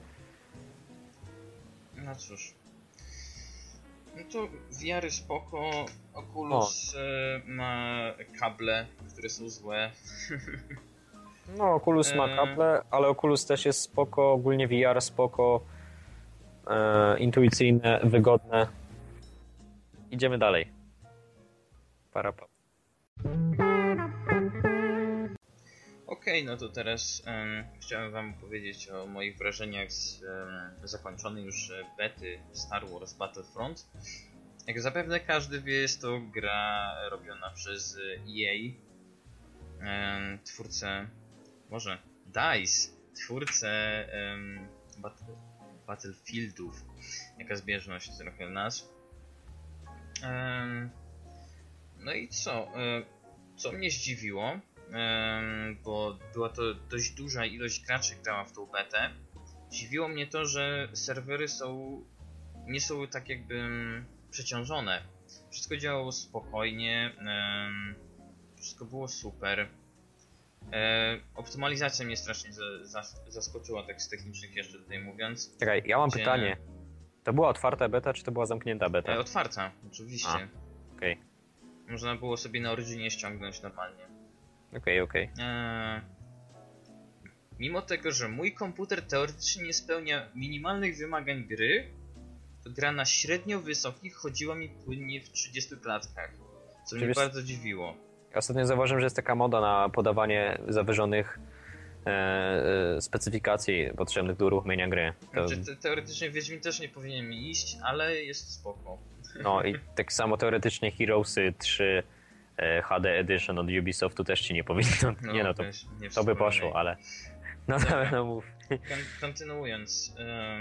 No cóż. No to VR spoko. Oculus ma kable, które są złe. No, Oculus ma kable, ale Oculus też jest spoko. Ogólnie VR spoko. Intuicyjne, wygodne. Idziemy dalej. Parapap. Okej, no to teraz chciałem wam powiedzieć o moich wrażeniach z zakończonej już bety Star Wars Battlefront. Jak zapewne każdy wie, jest to gra robiona przez EA, twórcę, może DICE, twórcę Battlefieldów. Jaka zbieżność trochę nazw. No i co? Co mnie zdziwiło, bo była to dość duża ilość graczy grała w tą betę. Dziwiło mnie to, że serwery nie są tak jakby przeciążone. Wszystko działało spokojnie, wszystko było super. Optymalizacja mnie strasznie zaskoczyła, tak z technicznych jeszcze tutaj mówiąc. Czekaj, ja mam pytanie. To była otwarta beta, czy to była zamknięta beta? Otwarta, oczywiście. Okej. Można było sobie na Originie ściągnąć normalnie. Okej. Mimo tego, że mój komputer teoretycznie nie spełnia minimalnych wymagań gry, to gra na średnio wysokich chodziła mi płynnie w 30 klatkach, co mnie bardzo dziwiło. Ostatnio zauważyłem, że jest taka moda na podawanie zawyżonych specyfikacji potrzebnych do uruchomienia gry. Znaczy, teoretycznie Wiedźmin też nie powinien mi iść, ale jest spoko. No i tak samo teoretycznie Heroesy 3 HD Edition od Ubisoftu też ci nie powinno. To by poszło, ale... No mów. Kontynuując.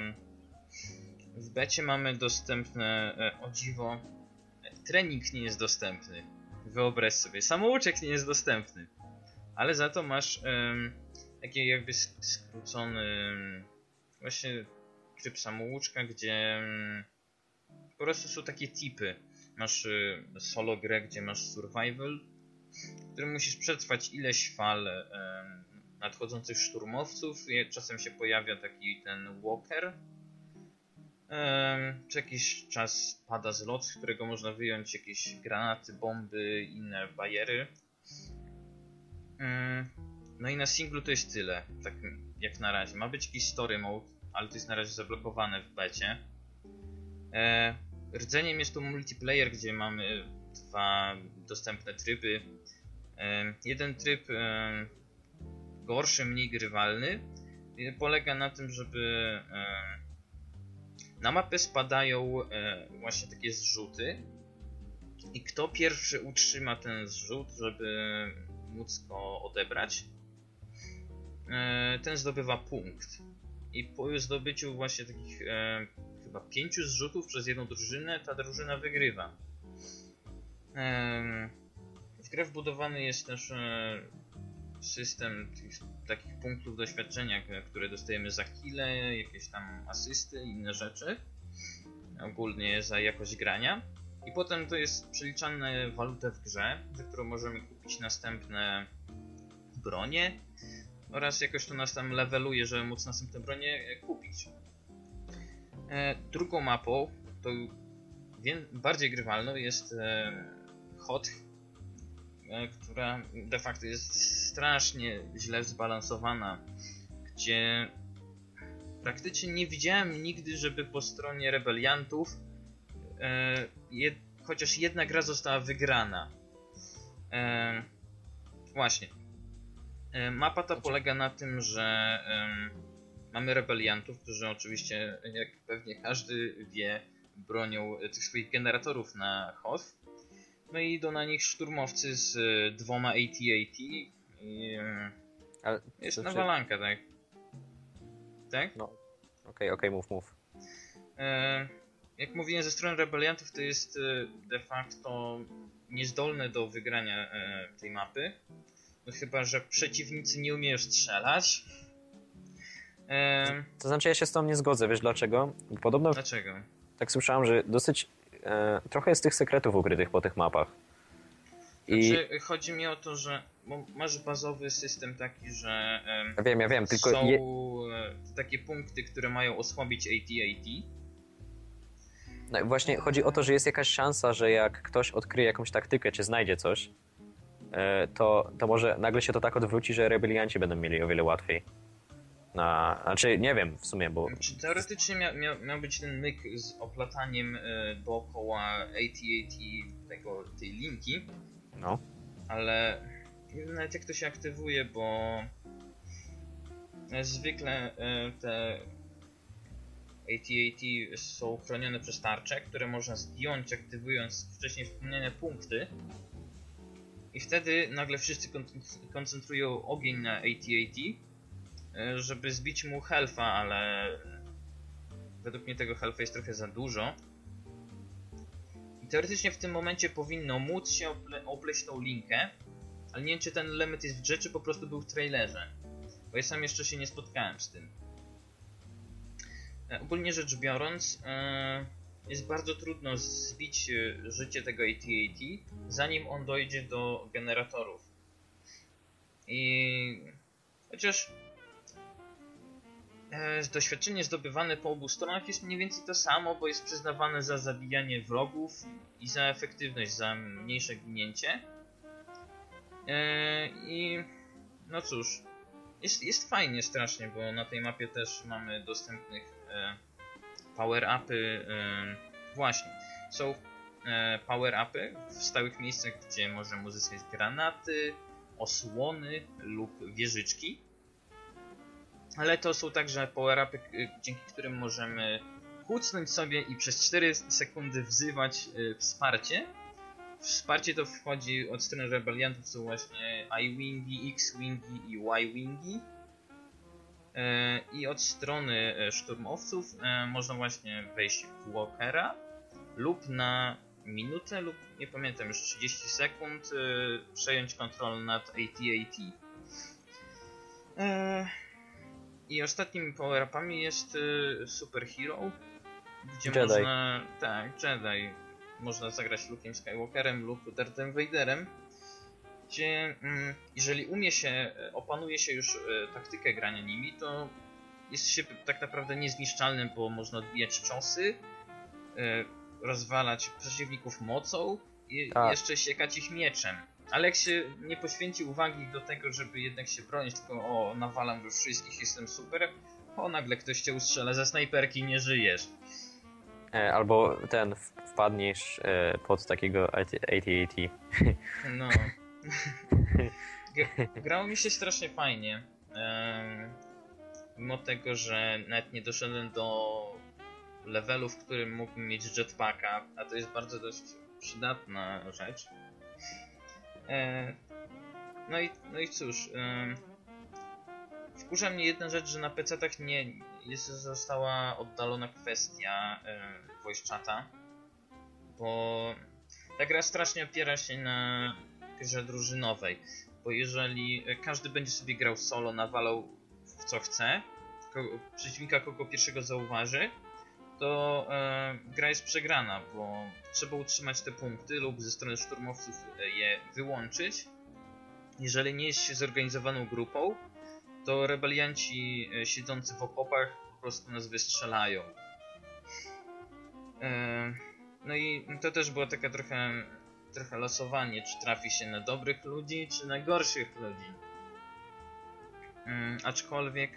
W becie mamy dostępne, o dziwo, trening nie jest dostępny. Wyobraź sobie, samouczek nie jest dostępny. Ale za to masz taki jakby skrócony właśnie tryb samouczka, gdzie po prostu są takie typy. Masz solo grę, gdzie masz survival, w którym musisz przetrwać ileś fal nadchodzących szturmowców. Czasem się pojawia taki ten walker. Co jakiś czas pada zlot, z którego można wyjąć jakieś granaty, bomby, inne bajery. No i na singlu to jest tyle, tak jak na razie. Ma być jakiś story mode, ale to jest na razie zablokowane w becie. Rdzeniem jest to multiplayer, gdzie mamy 2 dostępne tryby. Jeden tryb gorszy, mniej grywalny, polega na tym, żeby na mapę spadają właśnie takie zrzuty i kto pierwszy utrzyma ten zrzut, żeby móc go odebrać, ten zdobywa punkt. I po zdobyciu właśnie takich chyba 5 zrzutów przez jedną drużynę, ta drużyna wygrywa. W grę wbudowany jest też system takich punktów doświadczenia, które dostajemy za kile, jakieś tam asysty i inne rzeczy. Ogólnie za jakość grania. I potem to jest przeliczane walutę w grze, za którą możemy kupić następne bronie. Oraz jakoś to nas tam leveluje, żeby móc następne bronie kupić. Drugą mapą, to bardziej grywalną, jest HOT, która de facto jest strasznie źle zbalansowana, gdzie praktycznie nie widziałem nigdy, żeby po stronie rebeliantów chociaż jedna gra została wygrana. Właśnie. Mapa ta polega na tym, że mamy rebeliantów, którzy oczywiście, jak pewnie każdy wie, bronią tych swoich generatorów na HOT. No i idą na nich szturmowcy z 2 AT-AT i jest nawalanka, tak? Tak? No, okej, mów. Jak mówiłem, ze strony rebeliantów to jest de facto niezdolne do wygrania tej mapy. No chyba że przeciwnicy nie umieją strzelać. To znaczy ja się z tą nie zgodzę, wiesz dlaczego? Podobno Dlaczego? tak słyszałem, że dosyć trochę jest tych sekretów ukrytych po tych mapach. Znaczy, chodzi mi o to, że masz bazowy system taki, że ja wiem, tylko są takie punkty, które mają osłabić AT-AT. No, właśnie chodzi o to, że jest jakaś szansa, że jak ktoś odkryje jakąś taktykę, czy znajdzie coś, to może nagle się to tak odwróci, że rebelianci będą mieli o wiele łatwiej. Znaczy, nie wiem w sumie, bo... Teoretycznie miał być ten myk z oplataniem dookoła AT-AT tej linki. No. Ale nie wiem nawet jak to się aktywuje, bo zwykle te AT-AT są chronione przez tarcze, które można zdjąć, aktywując wcześniej wspomniane punkty. I wtedy nagle wszyscy koncentrują ogień na AT-AT, żeby zbić mu health'a, ale według mnie tego health'a jest trochę za dużo. I teoretycznie w tym momencie powinno móc się opleść tą linkę, ale nie wiem czy ten element jest w grze, czy po prostu był w trailerze. Bo ja sam jeszcze się nie spotkałem z tym. Ogólnie rzecz biorąc, jest bardzo trudno zbić życie tego AT-AT, zanim on dojdzie do generatorów. I chociaż doświadczenie zdobywane po obu stronach jest mniej więcej to samo, bo jest przyznawane za zabijanie wrogów i za efektywność, za mniejsze ginięcie. I no cóż, jest fajnie strasznie, bo na tej mapie też mamy dostępnych power-upy. Właśnie, są power-upy w stałych miejscach, gdzie możemy uzyskać granaty, osłony lub wieżyczki. Ale to są także power-upy, dzięki którym możemy kucnąć sobie i przez 4 sekundy wzywać wsparcie. Wsparcie to wchodzi od strony rebeliantów, są właśnie I-Wingi, X-Wingi i Y-Wingi. I od strony szturmowców można właśnie wejść w walkera lub na minutę lub nie pamiętam już 30 sekund przejąć kontrolę nad AT-AT. I ostatnimi power-upami jest Super Hero, gdzie Jedi. można... Tak, Jedi. Można zagrać Luke'em Skywalkerem lub Darthem Vaderem, gdzie jeżeli opanuje się już taktykę grania nimi, to jest się tak naprawdę niezniszczalnym, bo można odbijać ciosy, rozwalać przeciwników mocą i jeszcze siekać ich mieczem. Ale jak się nie poświęci uwagi do tego, żeby jednak się bronić, tylko nawalam już wszystkich, jestem super, nagle ktoś cię ustrzela ze snajperki, nie żyjesz. Albo wpadniesz pod takiego AT-AT. No. Grało mi się strasznie fajnie. Mimo tego, że nawet nie doszedłem do levelu, w którym mógłbym mieć jetpacka, a to jest bardzo dość przydatna rzecz. No i cóż, wkurza mnie jedna rzecz, że na PC-tach została oddalona kwestia voice chata, bo ta gra strasznie opiera się na grze drużynowej, bo jeżeli każdy będzie sobie grał solo, nawalał w co chce, przeciwnika kogo pierwszego zauważy, to gra jest przegrana, bo trzeba utrzymać te punkty lub ze strony szturmowców je wyłączyć. Jeżeli nie jest się zorganizowaną grupą, to rebelianci siedzący w okopach po prostu nas wystrzelają. No i to też było takie trochę losowanie, czy trafi się na dobrych ludzi, czy na gorszych ludzi. Aczkolwiek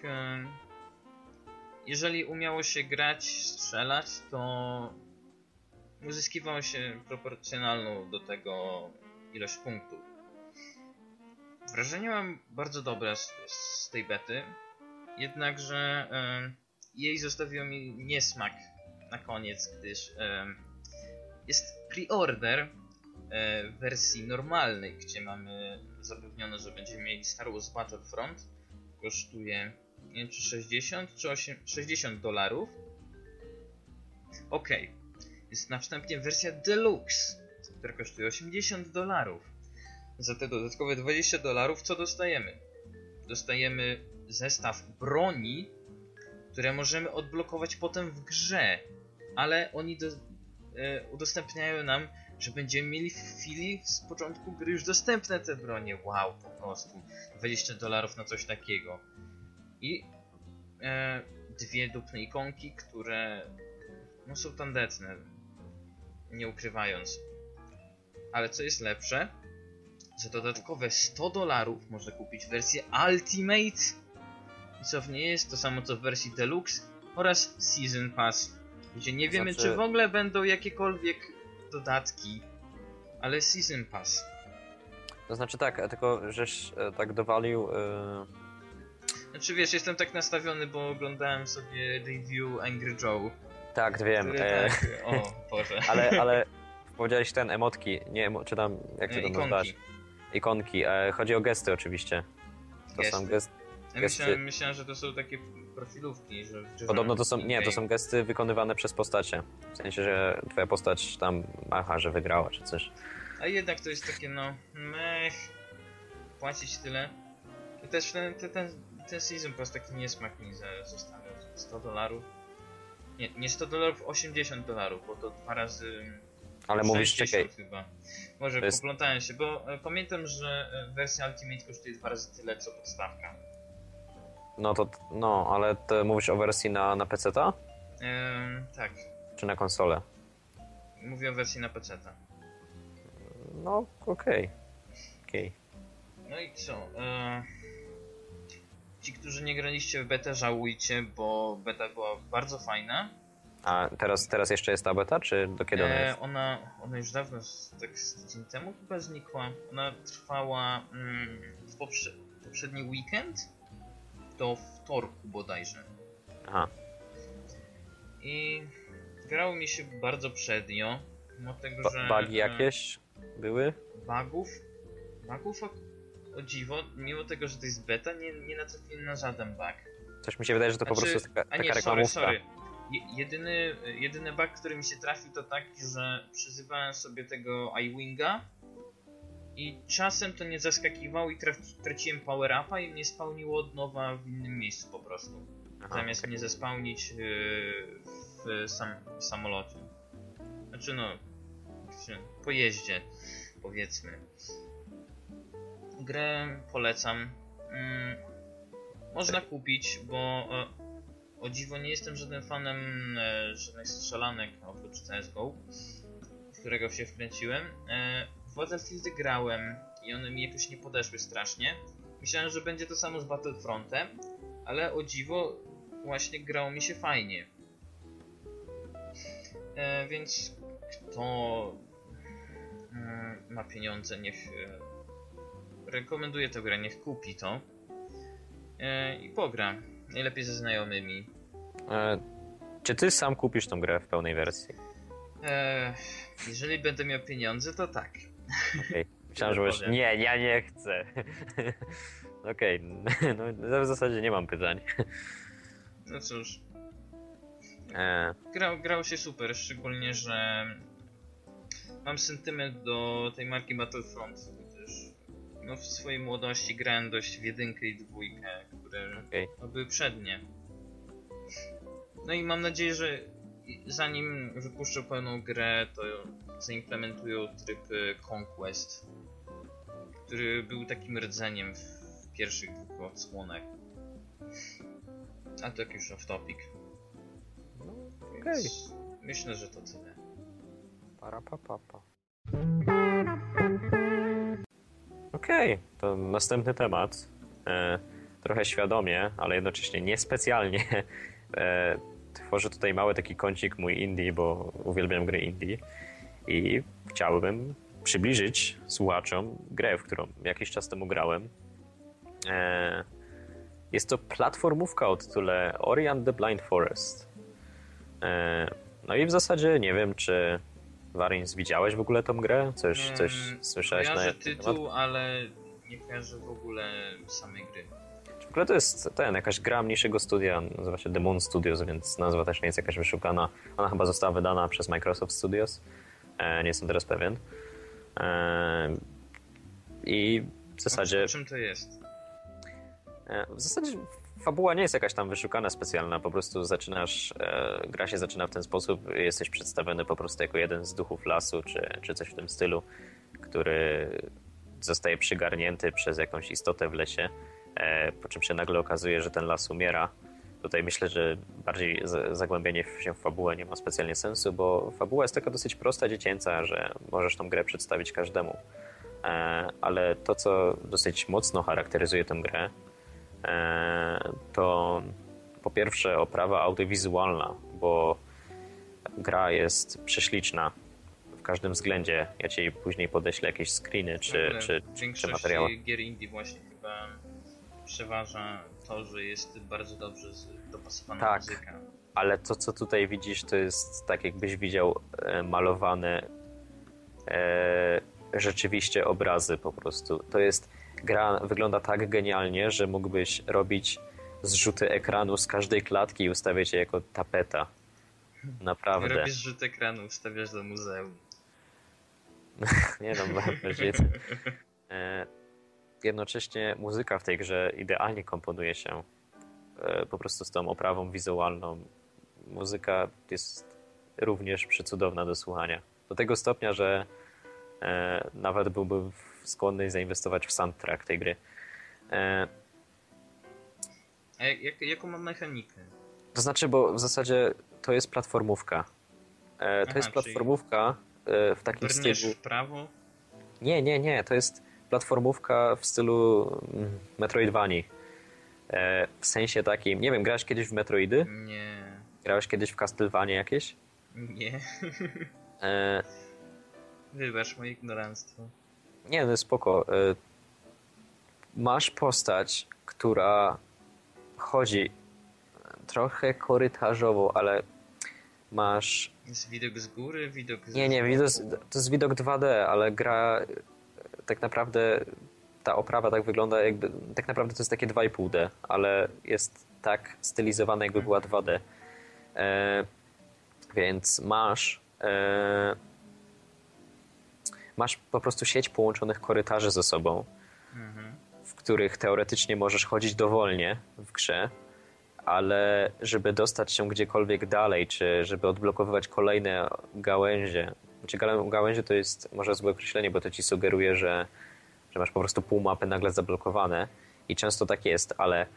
jeżeli umiało się grać, strzelać, to uzyskiwało się proporcjonalną do tego ilość punktów. Wrażenie mam bardzo dobre z tej bety, jednakże jej zostawiło mi niesmak na koniec, gdyż jest pre-order w wersji normalnej, gdzie mamy zapewnione, że będziemy mieli Star Wars Battlefront. Kosztuje, nie wiem, czy 60 czy $60. Okej. Jest następnie wersja Deluxe, która kosztuje $80. Za te dodatkowe $20 co dostajemy? Dostajemy zestaw broni, które możemy odblokować potem w grze, ale oni udostępniają nam, że będziemy mieli w chwili z początku gry już dostępne te bronie. Wow, po prostu $20 na coś takiego. I dwie dupne ikonki, które no, są tandetne, nie ukrywając. Ale co jest lepsze, za dodatkowe $100 można kupić wersję Ultimate, i co w niej jest to samo co w wersji Deluxe, oraz Season Pass, gdzie nie wiemy, czy w ogóle będą jakiekolwiek dodatki, ale Season Pass. To znaczy tak, tylko żeś tak dowalił... Znaczy wiesz, jestem tak nastawiony, bo oglądałem sobie review Angry Joe. Tak, wiem. Tak, o Boże. Ale powiedziałeś emotki, nie czy tam, jak ty to nazywasz? Ikonki. Chodzi o gesty oczywiście. To gesty. Są gesty. Myślałem, że to są takie profilówki, że... Podobno to są, to są gesty wykonywane przez postacie. W sensie, że twoja postać tam macha, że wygrała czy coś. A jednak to jest takie płacić tyle. I też ten Season Pass taki niesmak mi zostawiał. $100. Nie $100, $80, bo to 2 razy... Ale mówisz, czekaj. Chyba. Może poplątałem się, bo pamiętam, że wersja Ultimate kosztuje 2 razy tyle co podstawka. Ale ty mówisz o wersji na PC-ta? Tak. Czy na konsolę? Mówię o wersji na PC-ta. No, okej. No i co? Ci, którzy nie graliście w betę, żałujcie, bo beta była bardzo fajna. A teraz jeszcze jest ta beta, czy do kiedy ona jest? Ona już dawno, tak z tydzień temu chyba znikła. Ona trwała w poprzedni weekend do wtorku bodajże. Aha. I grało mi się bardzo przednio, mimo tego, że... Bugi jakieś były? Bugów o dziwo, mimo tego, że to jest beta, nie natrafiłem na żaden bug. Coś mi się wydaje, że to po prostu jest taka reklamówka. Sorry. Jedyny bug, który mi się trafił, to taki, że przyzywałem sobie tego iWinga I czasem to nie zaskakiwało i traciłem power-upa i mnie spawniło od nowa w innym miejscu po prostu. Zamiast mnie zespawnić w samolocie. Znaczy no, w pojeździe, powiedzmy. Grę polecam. Można kupić, bo o dziwo nie jestem żadnym fanem żadnych strzelanek oprócz CSGO, w którego się wkręciłem. W Battlefieldy grałem i one mi jakoś nie podeszły strasznie. Myślałem, że będzie to samo z Battlefrontem, ale o dziwo właśnie grało mi się fajnie. Więc kto ma pieniądze, niech rekomenduję tę grę, niech kupi to i pogra. Najlepiej ze znajomymi. Czy ty sam kupisz tą grę w pełnej wersji? Jeżeli będę miał pieniądze, to tak. Okay. Myślałem, że już... Nie, ja nie chcę. Okej, no w zasadzie nie mam pytań. No cóż. Grało się super, szczególnie, że mam sentyment do tej marki Battlefront, gdyż no, w swojej młodości grałem dość w 1 i 2, które były przednie. No i mam nadzieję, że zanim wypuszczę pełną grę, to zaimplementują tryb Conquest, który był takim rdzeniem w pierwszych 2 odsłonach. A to jak już off topic. Myślę, że to tyle. Okej, to następny temat. Trochę świadomie, ale jednocześnie niespecjalnie. Tworzę tutaj mały taki kącik mój indie, bo uwielbiam gry indie i chciałbym przybliżyć słuchaczom grę, w którą jakiś czas temu grałem. Jest to platformówka o tytule Ori and the Blind Forest. No i w zasadzie nie wiem, czy Warins widziałeś w ogóle tą grę? Coś słyszałeś na tytuł, temat? Ale nie kojarzę w ogóle samej gry. W ogóle to jest jakaś gra mniejszego studia, nazywa się Demon Studios, więc nazwa też nie jest jakaś wyszukana. Ona chyba została wydana przez Microsoft Studios. Nie jestem teraz pewien. I w zasadzie... O czym to jest? W zasadzie fabuła nie jest jakaś tam wyszukana specjalna, po prostu gra się zaczyna w ten sposób, jesteś przedstawiony po prostu jako jeden z duchów lasu, czy coś w tym stylu, który zostaje przygarnięty przez jakąś istotę w lesie, po czym się nagle okazuje, że ten las umiera. Tutaj myślę, że bardziej zagłębianie się w fabułę nie ma specjalnie sensu, bo fabuła jest taka dosyć prosta, dziecięca, że możesz tą grę przedstawić każdemu. Ale to, co dosyć mocno charakteryzuje tę grę, to po pierwsze oprawa audiowizualna, bo gra jest prześliczna w każdym względzie. Ja ci później podeślę jakieś screeny czy materiały. W gier indie właśnie chyba przeważa to, że jest bardzo dobrze dopasowana muzyka. Ale to, co tutaj widzisz, to jest tak, jakbyś widział malowane rzeczywiście obrazy po prostu. To jest gra wygląda tak genialnie, że mógłbyś robić zrzuty ekranu z każdej klatki i ustawiać je jako tapeta. Naprawdę. Robisz zrzut ekranu, ustawiasz do muzeum. Nie no, jednocześnie muzyka w tej grze idealnie komponuje się po prostu z tą oprawą wizualną. Muzyka jest również przecudowna do słuchania. Do tego stopnia, że nawet byłbym skłonny zainwestować w soundtrack tej gry. A jaką ma mechanikę? To znaczy, bo w zasadzie to jest platformówka. To jest platformówka w takim stylu... w prawo? Nie. To jest platformówka w stylu Metroidvanii. W sensie takim... Nie wiem, grałeś kiedyś w Metroidy? Nie. Grałeś kiedyś w Castlevanie jakieś? Nie. Wybacz moje ignoranstwo. Nie, no spoko. Masz postać, która chodzi trochę korytarzowo, ale masz... Jest widok z góry, widok z... Nie, to jest widok 2D, ale gra tak naprawdę, ta oprawa tak wygląda jakby, tak naprawdę to jest takie 2,5D, ale jest tak stylizowana, jakby była 2D. Więc masz masz po prostu sieć połączonych korytarzy ze sobą, w których teoretycznie możesz chodzić dowolnie w grze, ale żeby dostać się gdziekolwiek dalej, czy żeby odblokowywać kolejne gałęzie, znaczy gałęzie to jest może złe określenie, bo to ci sugeruje, że masz po prostu pół mapy nagle zablokowane i często tak jest, ale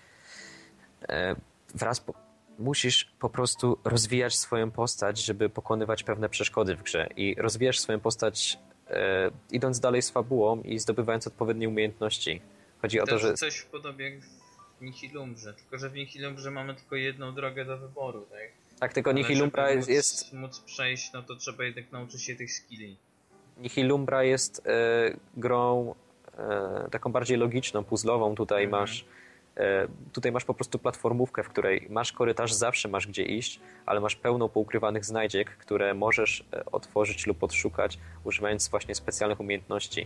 musisz po prostu rozwijać swoją postać, żeby pokonywać pewne przeszkody w grze i rozwijasz swoją postać idąc dalej z fabułą i zdobywając odpowiednie umiejętności. Chodzi o to, że... coś w podobie w Nihilumbrze, tylko że w Nihilumbrze mamy tylko jedną drogę do wyboru, tak? Tak, tylko Nihilumbra jest... móc przejść, no to trzeba jednak nauczyć się tych skilli. Nihilumbra jest grą taką bardziej logiczną, puzzlową. Tutaj masz po prostu platformówkę, w której masz korytarz, zawsze masz gdzie iść, ale masz pełno poukrywanych znajdziek, które możesz otworzyć lub odszukać, używając właśnie specjalnych umiejętności,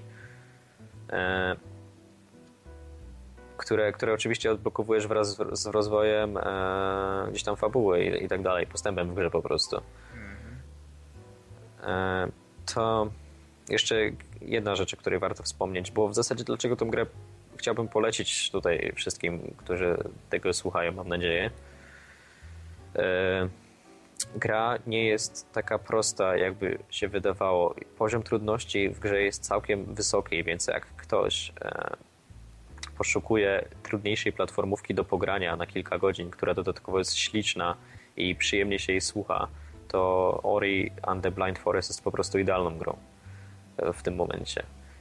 które oczywiście odblokowujesz wraz z rozwojem gdzieś tam fabuły i tak dalej, postępem w grze po prostu. To jeszcze jedna rzecz, o której warto wspomnieć, bo w zasadzie dlaczego tę grę chciałbym polecić tutaj wszystkim, którzy tego słuchają, mam nadzieję. Gra nie jest taka prosta, jakby się wydawało. Poziom trudności w grze jest całkiem wysoki, więc jak ktoś poszukuje trudniejszej platformówki do pogrania na kilka godzin, która dodatkowo jest śliczna i przyjemnie się jej słucha, to Ori and the Blind Forest jest po prostu idealną grą w tym momencie.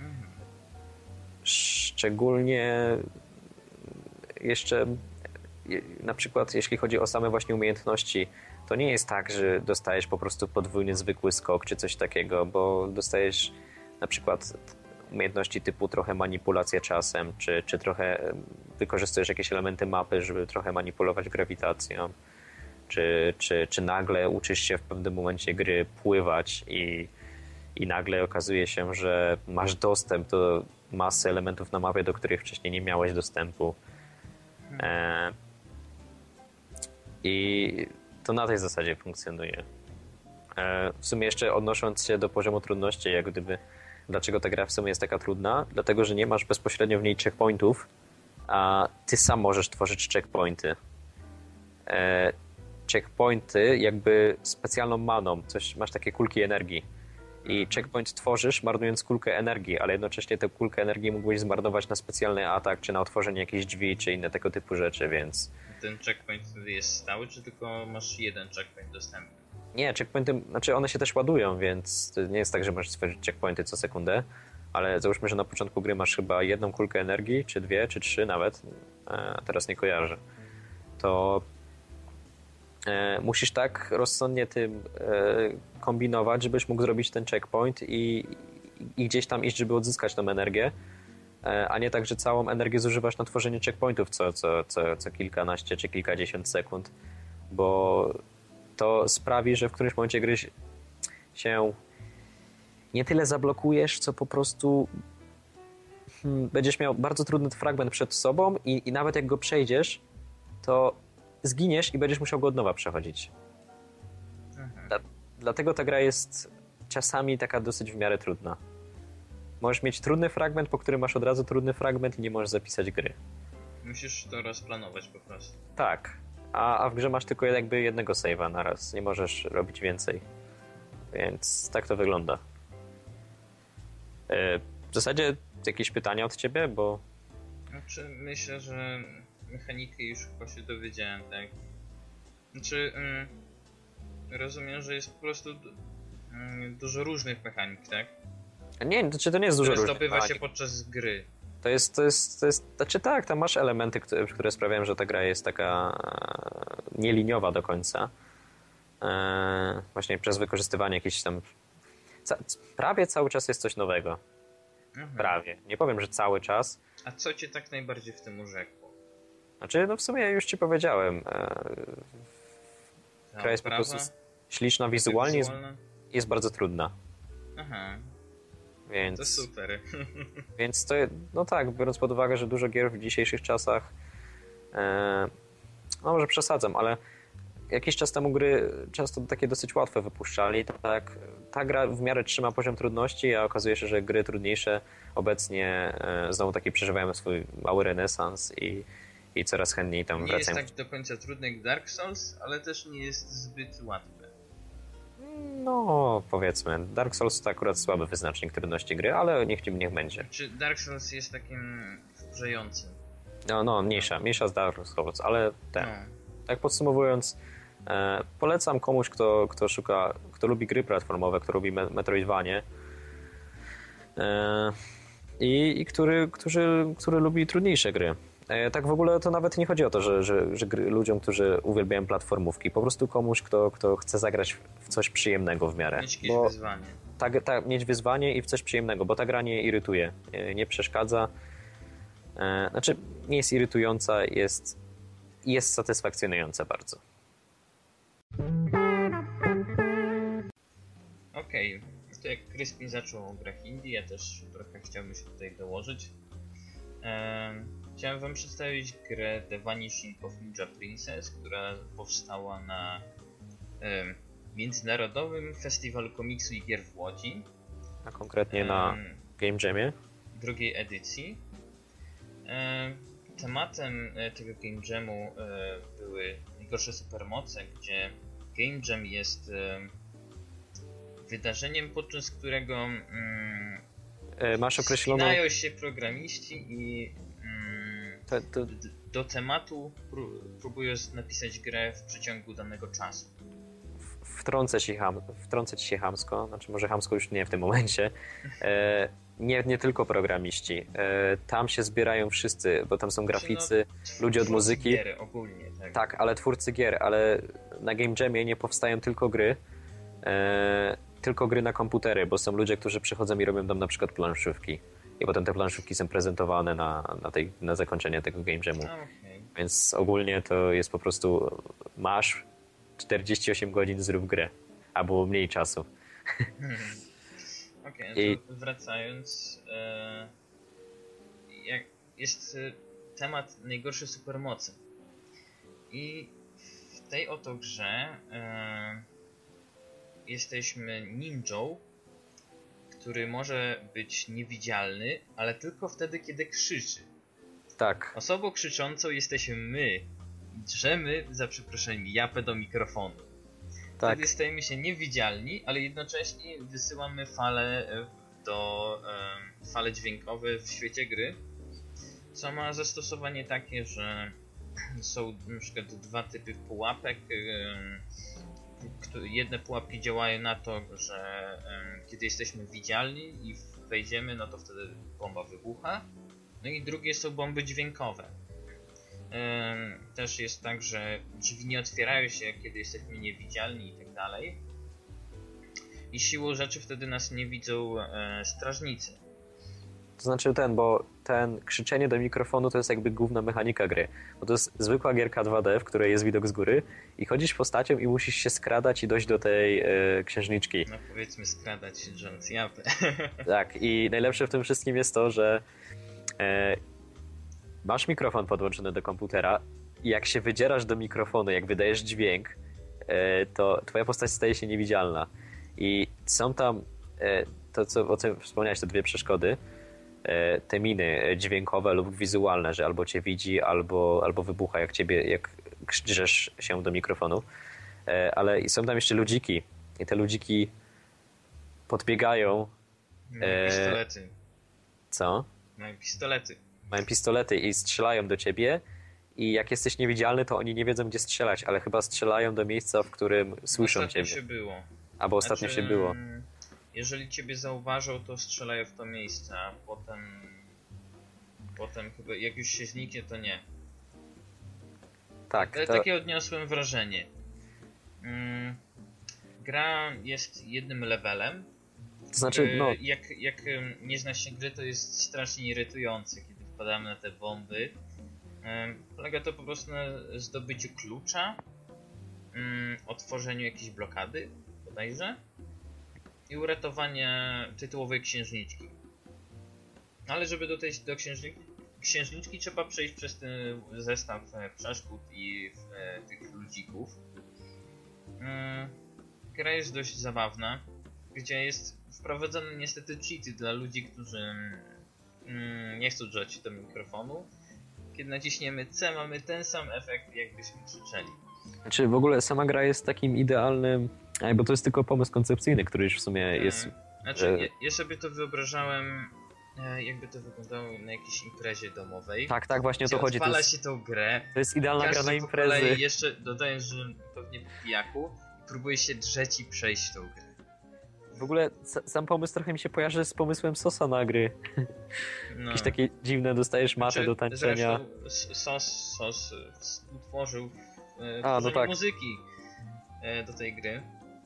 Szczególnie jeszcze na przykład jeśli chodzi o same właśnie umiejętności, to nie jest tak, że dostajesz po prostu podwójny zwykły skok czy coś takiego, bo dostajesz na przykład umiejętności typu trochę manipulacja czasem, czy trochę wykorzystujesz jakieś elementy mapy, żeby trochę manipulować grawitacją, czy nagle uczysz się w pewnym momencie gry pływać i nagle okazuje się, że masz dostęp do masy elementów na mapie, do których wcześniej nie miałeś dostępu. I to na tej zasadzie funkcjonuje. W sumie jeszcze odnosząc się do poziomu trudności, jak gdyby dlaczego ta gra w sumie jest taka trudna? Dlatego, że nie masz bezpośrednio w niej checkpointów, a ty sam możesz tworzyć checkpointy. Checkpointy jakby specjalną maną, masz takie kulki energii. I checkpoint tworzysz, marnując kulkę energii, ale jednocześnie tę kulkę energii mógłbyś zmarnować na specjalny atak, czy na otworzenie jakichś drzwi, czy inne tego typu rzeczy, więc... Ten checkpoint jest stały, czy tylko masz jeden checkpoint dostępny? Nie, checkpointy, znaczy one się też ładują, więc to nie jest tak, że możesz stworzyć checkpointy co sekundę, ale załóżmy, że na początku gry masz chyba jedną kulkę energii, czy dwie, czy trzy nawet, teraz nie kojarzę, to musisz tak rozsądnie tym kombinować, żebyś mógł zrobić ten checkpoint i gdzieś tam iść, żeby odzyskać tą energię, a nie tak, że całą energię zużywasz na tworzenie checkpointów co kilkanaście czy kilkadziesiąt sekund, bo to sprawi, że w którymś momencie gry się nie tyle zablokujesz, co po prostu będziesz miał bardzo trudny fragment przed sobą i nawet jak go przejdziesz, to zginiesz i będziesz musiał go od nowa przechodzić. Dlatego ta gra jest czasami taka dosyć w miarę trudna. Możesz mieć trudny fragment, po którym masz od razu trudny fragment i nie możesz zapisać gry. Musisz to rozplanować po prostu. Tak, a w grze masz tylko jakby jednego save'a na raz. Nie możesz robić więcej. Więc tak to wygląda. W zasadzie jakieś pytania od ciebie, bo... Znaczy, myślę, że mechaniki już chyba się dowiedziałem, tak? Znaczy, rozumiem, że jest po prostu dużo różnych mechanik, tak? Nie, to nie jest dużo różnych zdobywa się podczas gry. To jest, znaczy tak, tam masz elementy, które sprawiają, że ta gra jest taka nieliniowa do końca. Właśnie przez wykorzystywanie jakichś tam... Prawie cały czas jest coś nowego. Prawie. Nie powiem, że cały czas. A co cię tak najbardziej w tym urzekło? Znaczy, no w sumie już ci powiedziałem. Gra jest po prostu śliczna wizualnie, jest bardzo trudna. Aha. Więc, to super. Więc to, no tak, biorąc pod uwagę, że dużo gier w dzisiejszych czasach, no może przesadzam, ale jakiś czas temu gry często takie dosyć łatwe wypuszczali, tak ta gra w miarę trzyma poziom trudności, a okazuje się, że gry trudniejsze obecnie znowu taki przeżywają swój mały renesans i coraz chętniej tam wracają. Nie jest tak do końca trudny jak Dark Souls, ale też nie jest zbyt łatwy. No, powiedzmy, Dark Souls to akurat słaby wyznacznik trudności gry, ale niech będzie. Czy Dark Souls jest takim wkurzającym? No, mniejsza z Dark Souls, ale tak podsumowując, polecam komuś, kto szuka, kto lubi gry platformowe, kto lubi Metroidvanie i który lubi trudniejsze gry. Tak w ogóle to nawet nie chodzi o to, że ludziom, którzy uwielbiają platformówki, po prostu komuś, kto chce zagrać w coś przyjemnego w miarę. Mieć jakieś wyzwanie. Mieć wyzwanie i w coś przyjemnego, bo ta gra nie irytuje, nie przeszkadza. Znaczy, nie jest irytująca, jest satysfakcjonująca bardzo. Okej, to jak Crispin zaczął o grach indie, ja też trochę chciałbym się tutaj dołożyć. Chciałem wam przedstawić grę The Vanishing of Ninja Princess, która powstała na Międzynarodowym Festiwalu Komiksu i Gier w Łodzi. A konkretnie na Game Jamie. Drugiej edycji. Tematem tego Game Jamu były najgorsze supermoce, gdzie Game Jam jest wydarzeniem, podczas którego masz określoną... spinają się programiści i do tematu próbują napisać grę w przeciągu danego czasu. Wtrącę ci się chamsko, znaczy może chamsko już nie w tym momencie. Nie tylko programiści. Tam się zbierają wszyscy, bo tam są graficy, ludzie od muzyki. Gier ogólnie, tak. Tak, ale twórcy gier, ale na Game Jamie nie powstają tylko gry. Tylko gry na komputery, bo są ludzie, którzy przychodzą i robią tam na przykład planszówki. I potem te planszówki są prezentowane na zakończenie tego Game Jamu. Okay. Więc ogólnie to jest po prostu masz 48 godzin, zrób grę. Albo mniej czasu. Okej, to wracając, jest temat najgorsze supermocy. I w tej oto grze jesteśmy ninją, który może być niewidzialny, ale tylko wtedy, kiedy krzyczy. Tak. Osobą krzyczącą jesteśmy my. Drzemy, za przeproszeniem, japę do mikrofonu. Tak. Wtedy stajemy się niewidzialni, ale jednocześnie wysyłamy fale dźwiękowe w świecie gry, co ma zastosowanie takie, że są na przykład dwa typy pułapek. Jedne pułapki działają na to, że kiedy jesteśmy widzialni i wejdziemy, no to wtedy bomba wybucha. No i drugie są bomby dźwiękowe. Też jest tak, że drzwi nie otwierają się, kiedy jesteśmy niewidzialni i tak dalej. I siłą rzeczy wtedy nas nie widzą strażnicy. To znaczy bo krzyczenie do mikrofonu to jest jakby główna mechanika gry. Bo to jest zwykła gierka 2D, w której jest widok z góry i chodzisz postacią i musisz się skradać i dojść do tej księżniczki. No powiedzmy skradać się drzwiąc japę. Tak, i najlepsze w tym wszystkim jest to, że masz mikrofon podłączony do komputera i jak się wydzierasz do mikrofonu, jak wydajesz dźwięk, to twoja postać staje się niewidzialna. I są tam, o czym wspomniałeś, te dwie przeszkody, te miny dźwiękowe lub wizualne, że albo cię widzi, albo wybucha jak drzesz się do mikrofonu. Ale są tam jeszcze ludziki i te ludziki podbiegają. Mają pistolety. Co? Mają pistolety i strzelają do ciebie i jak jesteś niewidzialny, to oni nie wiedzą, gdzie strzelać, ale chyba strzelają do miejsca, w którym słyszą ciebie. Ostatnio się było. Albo ostatnio się było. Jeżeli ciebie zauważą, to strzelają w to miejsce, a potem chyba jak już się zniknie, to nie. Tak. Takie odniosłem wrażenie. Gra jest jednym levelem. To znaczy, Jak nie zna się gry, to jest strasznie irytujące, kiedy wpadamy na te bomby. Polega to po prostu na zdobyciu klucza, otworzeniu jakiejś blokady, bodajże, i uratowanie tytułowej księżniczki. Ale żeby dojść do księżniczki trzeba przejść przez ten zestaw przeszkód i tych ludzików. gra jest dość zabawna, gdzie jest wprowadzony niestety cheaty dla ludzi, którzy nie chcą drzeć do mikrofonu. Kiedy naciśniemy C, mamy ten sam efekt, jakbyśmy krzyczeli. Znaczy w ogóle sama gra jest takim idealnym, bo to jest tylko pomysł koncepcyjny, który już w sumie jest... Znaczy, ja sobie to wyobrażałem, jakby to wyglądało na jakiejś imprezie domowej. Tak, właśnie o to chodzi. Odpala się tą grę. To jest idealna gra na imprezy. I jeszcze dodając, że pewnie po pijaku, próbuje się drzeć i przejść tą grę. W ogóle sam pomysł trochę mi się kojarzy z pomysłem Sosa na gry. No. Jakieś takie dziwne, dostajesz matę do tańczenia. Sos utworzył muzyki do tej gry.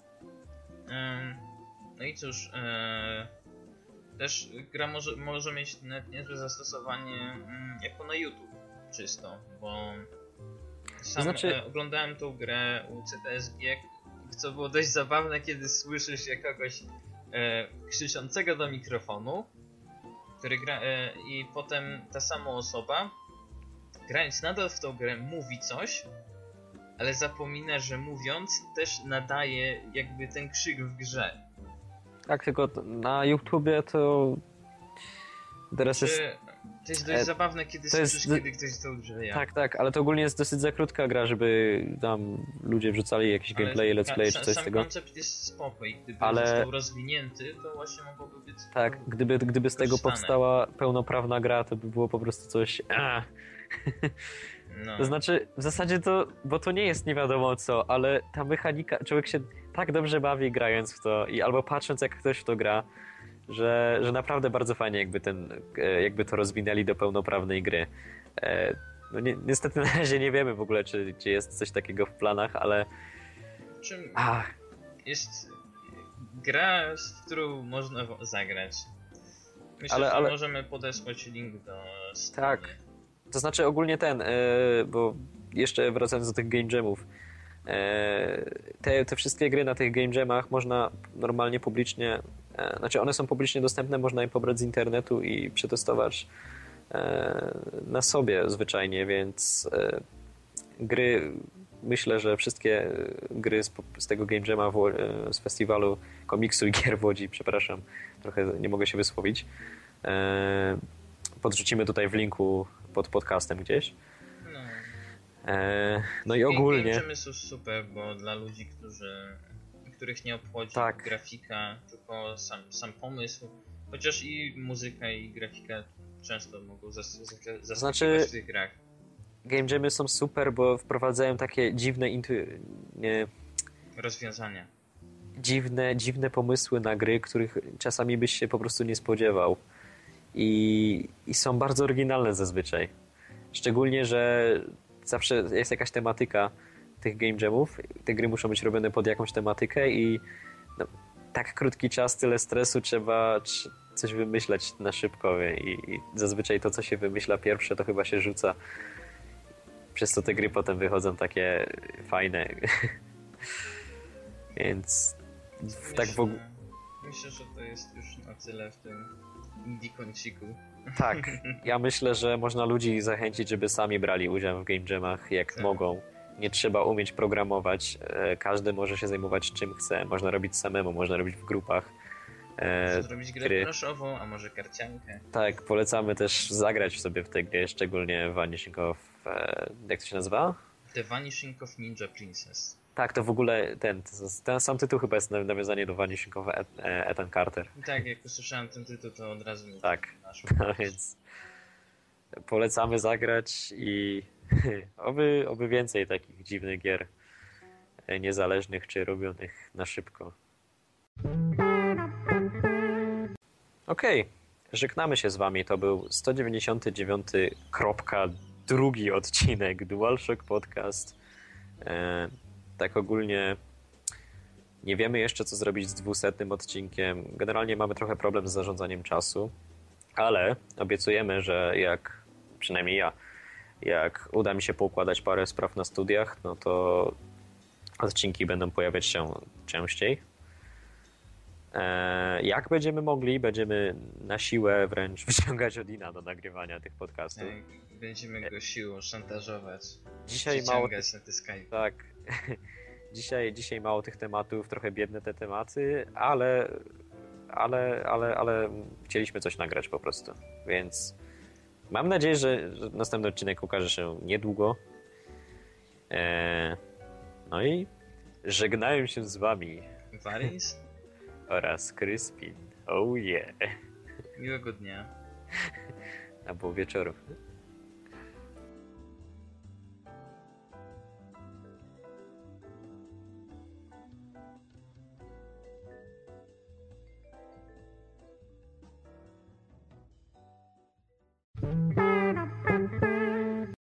No i cóż, też gra może mieć niezłe zastosowanie jako na YouTube czysto, bo sam oglądałem tą grę u CTSG, co było dość zabawne, kiedy słyszysz kogoś krzyczącego do mikrofonu, który gra, i potem ta sama osoba, grając nadal w tą grę, mówi coś, ale zapomina, że mówiąc też nadaje jakby ten krzyk w grze. Tak, tylko na YouTubie to teraz jest... To jest dość zabawne, kiedy słyszysz, kiedy ktoś to używa. Tak, ale to ogólnie jest dosyć za krótka gra, żeby tam ludzie wrzucali jakieś gameplay, let's play czy coś z tego. Sam koncept jest spoko i gdyby został rozwinięty, to właśnie mogłoby być... Tak, gdyby z tego powstała pełnoprawna gra, to by było po prostu coś... No. To znaczy, w zasadzie to, bo to nie jest nie wiadomo co, ale ta mechanika, człowiek się tak dobrze bawi grając w to i albo patrząc jak ktoś w to gra, że naprawdę bardzo fajnie jakby to rozwinęli do pełnoprawnej gry. No niestety na razie nie wiemy w ogóle, czy jest coś takiego w planach, ale... Jest gra, z którą można zagrać. Myślę, że możemy podesłać link do strony. Tak. To znaczy ogólnie bo jeszcze wracając do tych game jamów, te wszystkie gry na tych game jamach można normalnie publicznie, znaczy one są publicznie dostępne, można je pobrać z internetu i przetestować na sobie zwyczajnie, więc gry, myślę, że wszystkie gry z tego game jama z festiwalu komiksu i gier w Łodzi, przepraszam, trochę nie mogę się wysłowić, podrzucimy tutaj w linku pod podcastem gdzieś. No i ogólnie... Game są super, bo dla ludzi, których nie obchodzi grafika, tylko sam pomysł, chociaż i muzyka i grafika często mogą zaskakiwać w tych grach. Game jamy są super, bo wprowadzają takie dziwne rozwiązania. Dziwne pomysły na gry, których czasami byś się po prostu nie spodziewał. I są bardzo oryginalne zazwyczaj. Szczególnie, że zawsze jest jakaś tematyka tych game jamów. Te gry muszą być robione pod jakąś tematykę i tak krótki czas, tyle stresu, trzeba coś wymyślać na szybko i zazwyczaj to, co się wymyśla pierwsze, to chyba się rzuca. Przez co te gry potem wychodzą takie fajne. Więc myślę, że to jest już na tyle w tym indie kąciku. Tak, ja myślę, że można ludzi zachęcić, żeby sami brali udział w game jamach jak mogą. Nie trzeba umieć programować, każdy może się zajmować czym chce, można robić samemu, można robić w grupach. Można zrobić grę planszową, a może karciankę. Tak, polecamy też zagrać sobie w tę grę, szczególnie Vanishing of... jak to się nazywa? The Vanishing of Ninja Princess. Tak, to w ogóle ten sam tytuł chyba jest nawiązanie do Vanishing of Ethan Carter. Tak, jak usłyszałem ten tytuł, to od razu mi no więc polecamy zagrać i oby więcej takich dziwnych gier niezależnych czy robionych na szybko. Okej, żegnamy się z wami. To był 199.2 odcinek DualShock Podcast. Tak ogólnie nie wiemy jeszcze, co zrobić z 200 odcinkiem. Generalnie mamy trochę problem z zarządzaniem czasu, ale obiecujemy, że przynajmniej ja, jak uda mi się poukładać parę spraw na studiach, no to odcinki będą pojawiać się częściej. Jak będziemy mogli, będziemy na siłę wręcz wyciągać Odina do nagrywania tych podcastów. Będziemy go siłą szantażować. Dzisiaj mało na te Skype. Tak. Dzisiaj mało tych tematów, trochę biedne te tematy, ale chcieliśmy coś nagrać po prostu. Więc mam nadzieję, że następny odcinek ukaże się niedługo. No i żegnają się z wami Waris? oraz Crispin. Oh yeah. Miłego dnia. Albo wieczoru.